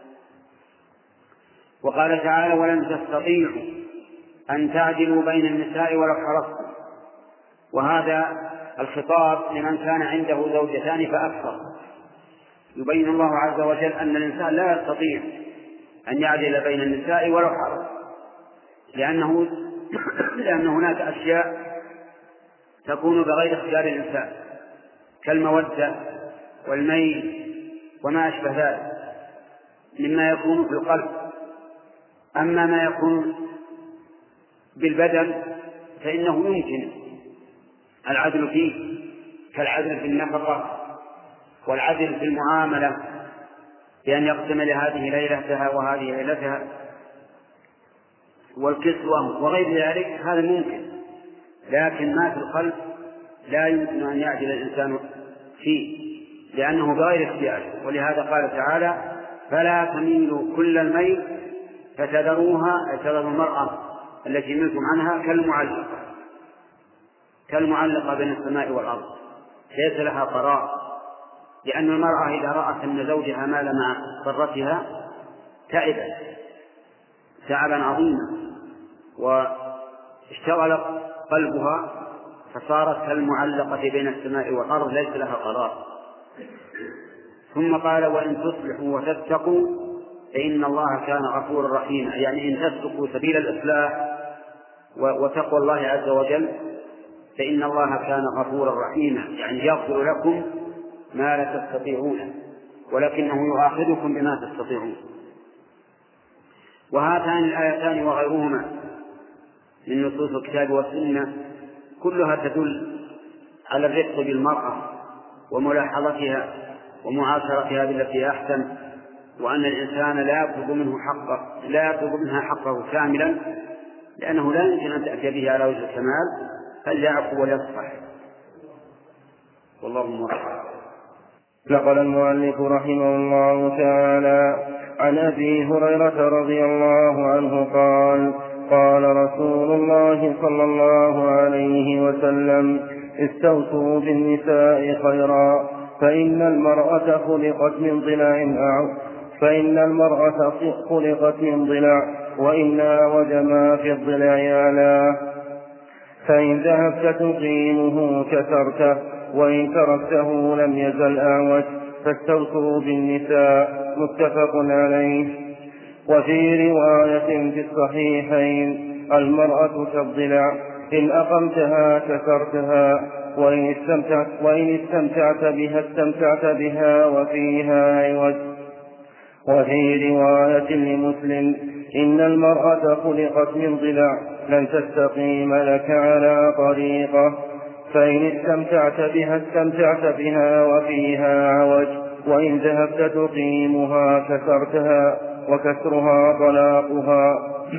وقال تعالى: ولن تستطيعوا أن تعدلوا بين النساء ولو حرصتم. وهذا الخطاب لمن كان عنده زوجتان فأكثر. يبين الله عز وجل أن الإنسان لا يستطيع أن يعدل بين النساء ولو حرص، لأنه لأن هناك أشياء تكون بغير اختيار الإنسان كالمودة والميل وما أشبه ذلك مما يكون في القلب. أما ما يكون بالبدن فإنه يمكن العدل فيه، كالعدل في النفقة والعدل في المعاملة، بأن يقسم لهذه ليلتها وهذه ليلتها والكسوة وغير ذلك، هذا ممكن. لكن ما في القلب لا يمكن أن يعدل الإنسان فيه، لأنه بغير اختيار. ولهذا قال تعالى: فلا تميلوا كل الميل فتذروها، أي تذروا المرأة التي ملكم عنها كالمعلقة كالمعلقة بين السماء والأرض، ليس لها قرار. لأن المرأة إذا رأت أن زوجها مال مع ضرتها تعبت تعبا عظيما واشتغل قلبها، فصارت كالمعلقة بين السماء والأرض ليس لها قرار. ثم قال: وإن تصلحوا وتتقوا فإن الله كان غفورا رحيما، يعني إن تسلكوا سبيل الإصلاح وتقوى الله عز وجل فإن الله كان غفورا رحيما، يعني يغفر لكم ما لا تستطيعون، ولكنه يؤاخذكم بما تستطيعون. وهاتان الآيتان وغيرهما من نصوص الكتاب والسنة كلها تدل على الرفق بالمرأة وملاحظتها ومعاشرتها بالتي أحسن، وأن الإنسان لا يطلب منه حقه لا يطلب منها حقه كاملا، لأنه لا يمكن أن تأتي به على وجه الكمال، فليعفو وليصفح. والله موفق.
نقل المؤلف رحمه الله تعالى عن أبي هريرة رضي الله عنه قال: قال رسول الله صلى الله عليه وسلم: استوصوا بالنساء خيرا، فإن المرأة خلقت من ضلع أعوج فإن المرأة خلقت من ضلع، وإن أعوج ما في الضلع أعلاه، فإن ذهبت تقيمه كسرته، وإن تركته لم يزل أعوج، فاستوصوا بالنساء. متفق عليه. وفي رواية في الصحيحين: المرأة كالضلع، إن أقمتها كسرتها، وإن استمتعت, وإن استمتعت بها استمتعت بها وفيها عوج. وفي رواية لمسلم: إن المرأة خلقت من ضلع، لن تستقيم لك على طريقة، فإن استمتعت بها استمتعت بها وفيها عوج، وإن ذهبت تقيمها كسرتها، وكسرها طلاقها.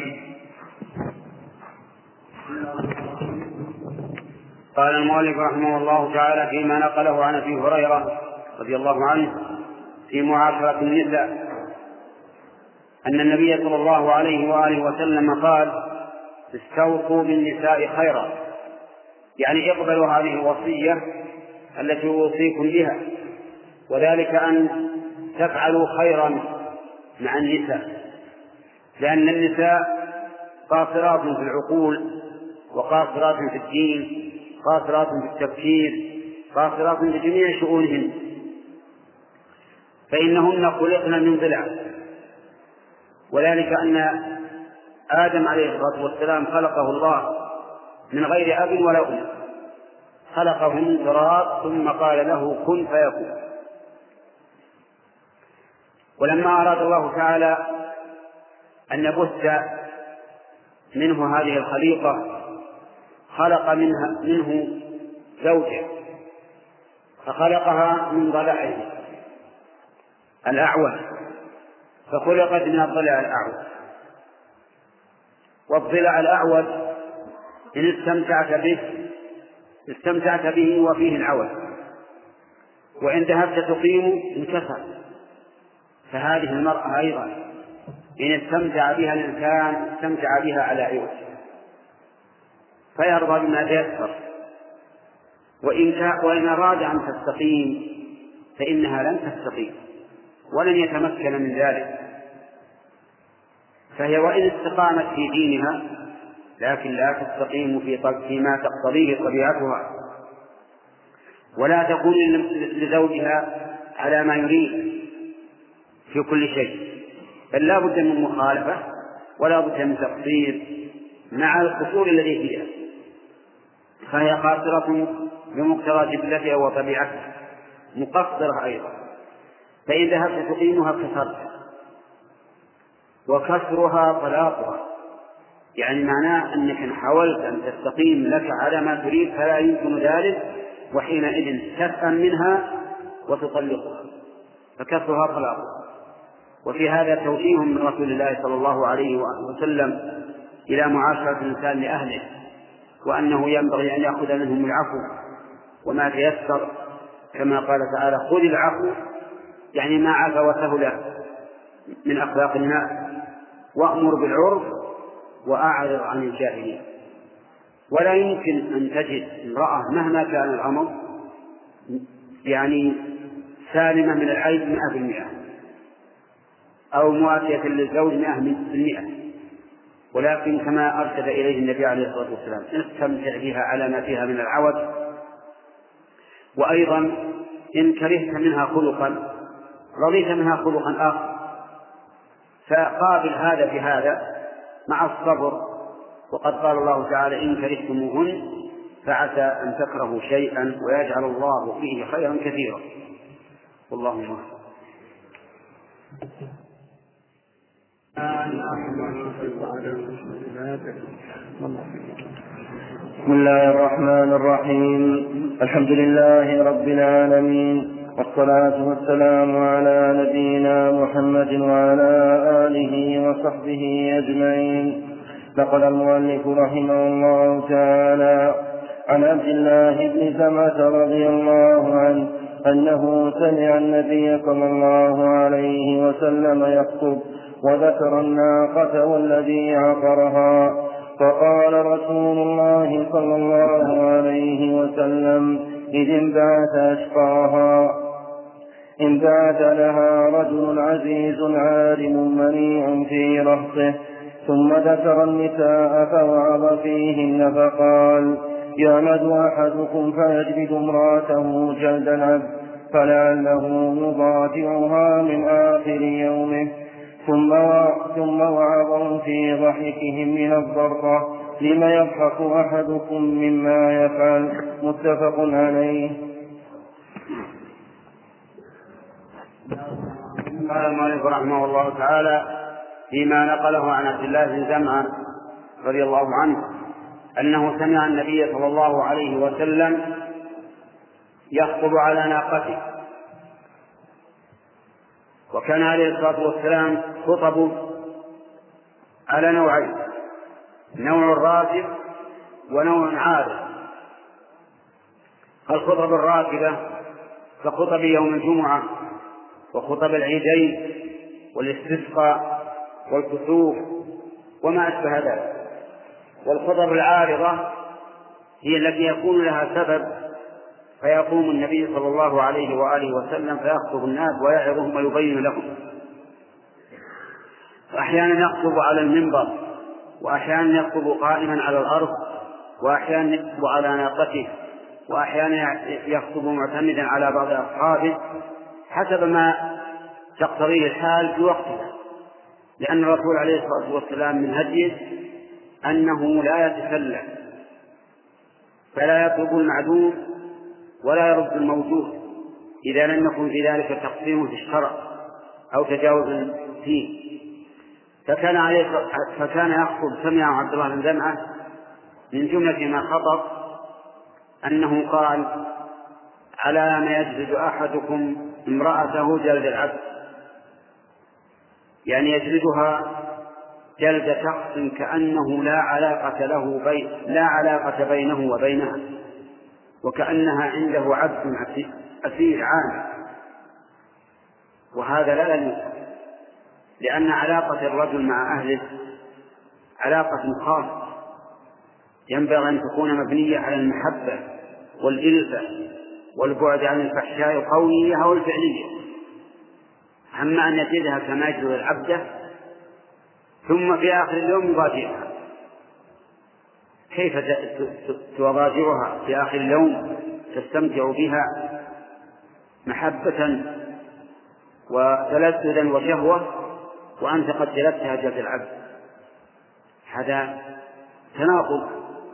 قال المؤلف رحمه الله تعالى فيما نقله عن أبي هريرة رضي الله عنه في معاشرة النساء أن النبي صلى الله عليه وآله وسلم قال: استوصوا بالنساء خيرا، يعني اقبلوا هذه الوصية التي أوصيكم بها، وذلك أن تفعلوا خيرا مع النساء، لأن النساء قاصرات في العقول، وقاصرات في الدين، قاصرات في التفكير، قاصرات في جميع شؤونهن، فإنهن خلقن من ضلع، وذلك أن آدم عليه الصلاة والسلام خلقه الله من غير أب ولا أم، خلقه من تراب ثم قال له كن فيكون. ولما أراد الله تعالى أن يبث منه هذه الخليقة خلق منها منه زوجة، فخلقها من ضلعه الأعوج، فخلقت من الضلع الأعوج. والضلع الأعوج إن استمتعت به استمتعت به وفيه العوج، وإن ذهبت تقيم انكسر. فهذه المرأة أيضا إن استمتع بها الإنسان استمتع بها على عوج، فيرضى بما تيسر، وإن أراد أن تستقيم فإنها لن تستقيم ولن يتمكن من ذلك. فهي وإن استقامت في دينها لكن لا تستقيم فيما تقتضيه طبيعتها، ولا تكون لزوجها على ما يريد في كل شيء، بل لا بد من مخالفة ولا بد من تقصير مع القصور الذي فيها، فهي قاصرة بمقتضى جبلتها وطبيعتها، مقصرة أيضا. فإن ذهبت تقيمها كسرتها، وكسرها طلاقها، يعني معناه أنك إن حاولت أن تستقيم لك على ما تريد فلا يمكن ذلك، وحينئذ تسأل منها وتطلقها، فكسرها طلاقها. وفي هذا توجيه من رسول الله صلى الله عليه وسلم إلى معاشرة الإنسان لأهله، وأنه ينبغي أن يأخذ منهم العفو وما تيسر، كما قال تعالى: خذ العفو، يعني ما عفا وسهل من أخلاق الناس، وأمر بالعرف وأعرض عن الجاهلين. ولا يمكن أن تجد امرأة مهما كان الأمر يعني سالمة من العيب مئة بالمئة أو موافية للزوج مئة بالمئة، ولكن كما أرشد إليه النبي عليه الصلاة والسلام: استمتع بها على ما فيها من العوج. وأيضا إن كرهت منها خلقا رضيت منها خلقا آخر، فقابل هذا بهذا مع الصبر. وقد قال الله تعالى: إن كرهتموهن فعسى أن تكرهوا شيئا ويجعل الله فيه خيرا كثيرا. والله أعلم.
بسم الله الرحمن الرحيم. الحمد لله رب العالمين، والصلاة والسلام على نبينا محمد وعلى آله وصحبه أجمعين. نقل المؤلف رحمه الله تعالى عن عبد الله بن زمعة رضي الله عنه أنه سمع النبي صلى الله عليه وسلم يخطب وذكر الناقة والذي عقرها، فقال رسول الله صلى الله عليه وسلم: إذ انبعث أشقاها، انبعث لها رجل عزيز عالم منيع في رهطه، ثم ذكر النساء فوعظ فيهن فقال: يعمد أحدكم فيجلد امرأته جلد العبد فلعله يضاجعها من آخر يومه، ثم وعظهم في ضحكهم من الضرة: لم يضحك أحدكم مما يفعل. متفق عليه.
قال المؤلف رحمه الله تعالى فيما نقله عن عبد الله بن زمعة رضي الله عنه أنه سمع النبي صلى الله عليه وسلم يخطب على ناقته. وكان عليه الصلاة والسلام خطب على نوعين: نوع راتب ونوع عارض. الخطب الراتبة كخطب يوم الجمعة وخطب العيدين والاستسقاء والكسوف وما أشبه ذلك. والخطب العارضة هي التي يكون لها سبب، فيقوم النبي صلى الله عليه وآله وسلم فيخطب الناس ويعظهم ويبين لهم. وأحيانا يخطب على المنبر، وأحيانا يخطب قائما على الأرض، وأحيانا يخطب على ناقته، وأحيانا يخطب معتمدا على بعض أصحابه حسب ما تقتضيه الحال في وقته. لأن الرسول عليه الصلاة والسلام من هديه أنه لا يتسلى، فلا يطلب المعدوم ولا يرد الموجود إذا لم يكن في ذلك تقسيم في الشرع أو تجاوز فيه. فكان عليه فكان يخطب سمع عبد الله بن زمعة من جملة ما خطب أنه قال: على ما يجلد أحدكم امرأته جلد العبد، يعني يجلدها جلد شخص كأنه لا علاقة له بين لا علاقة بينه وبينها، وكأنها عنده عبد أسير عام. وهذا لا يليق، لأن علاقة الرجل مع أهله علاقة خاصة ينبغي أن تكون مبنية على المحبة والإلفة والبعد عن الفحشاء القولية أو الفعلية. أما أن يجدها كما يجد العبد ثم في آخر اليوم يضاجعها، كيف تضاجعها في آخر اليوم تستمتع بها محبة وتلذذا وشهوة وأنت قد جلدتها جلد العبد؟ هذا تناقض.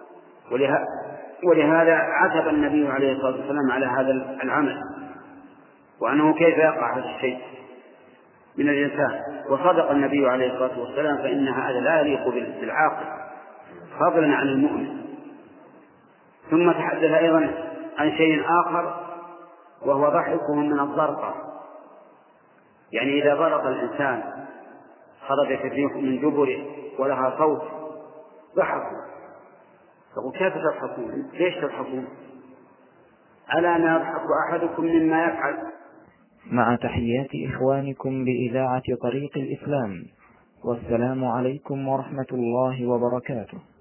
ولهذا عتب النبي عليه الصلاة والسلام على هذا العمل، وأنه كيف يقع هذا الشيء من الإنسان. وصدق النبي عليه الصلاة والسلام، فإن هذا لا يليق بالعاقل فضلا عن المؤمن. ثم تحدث أيضا عن شيء آخر وهو ضحكهم من الضرقة، يعني إذا ضرق الإنسان خرجت الريح من دبره ولها صوت ضحكوا. فقل: كيف تضحكون؟ ليش تضحكون؟ ألا ما يضحك أحدكم مما يفعل.
مع تحيات إخوانكم بإذاعة طريق الإسلام، والسلام عليكم ورحمة الله وبركاته.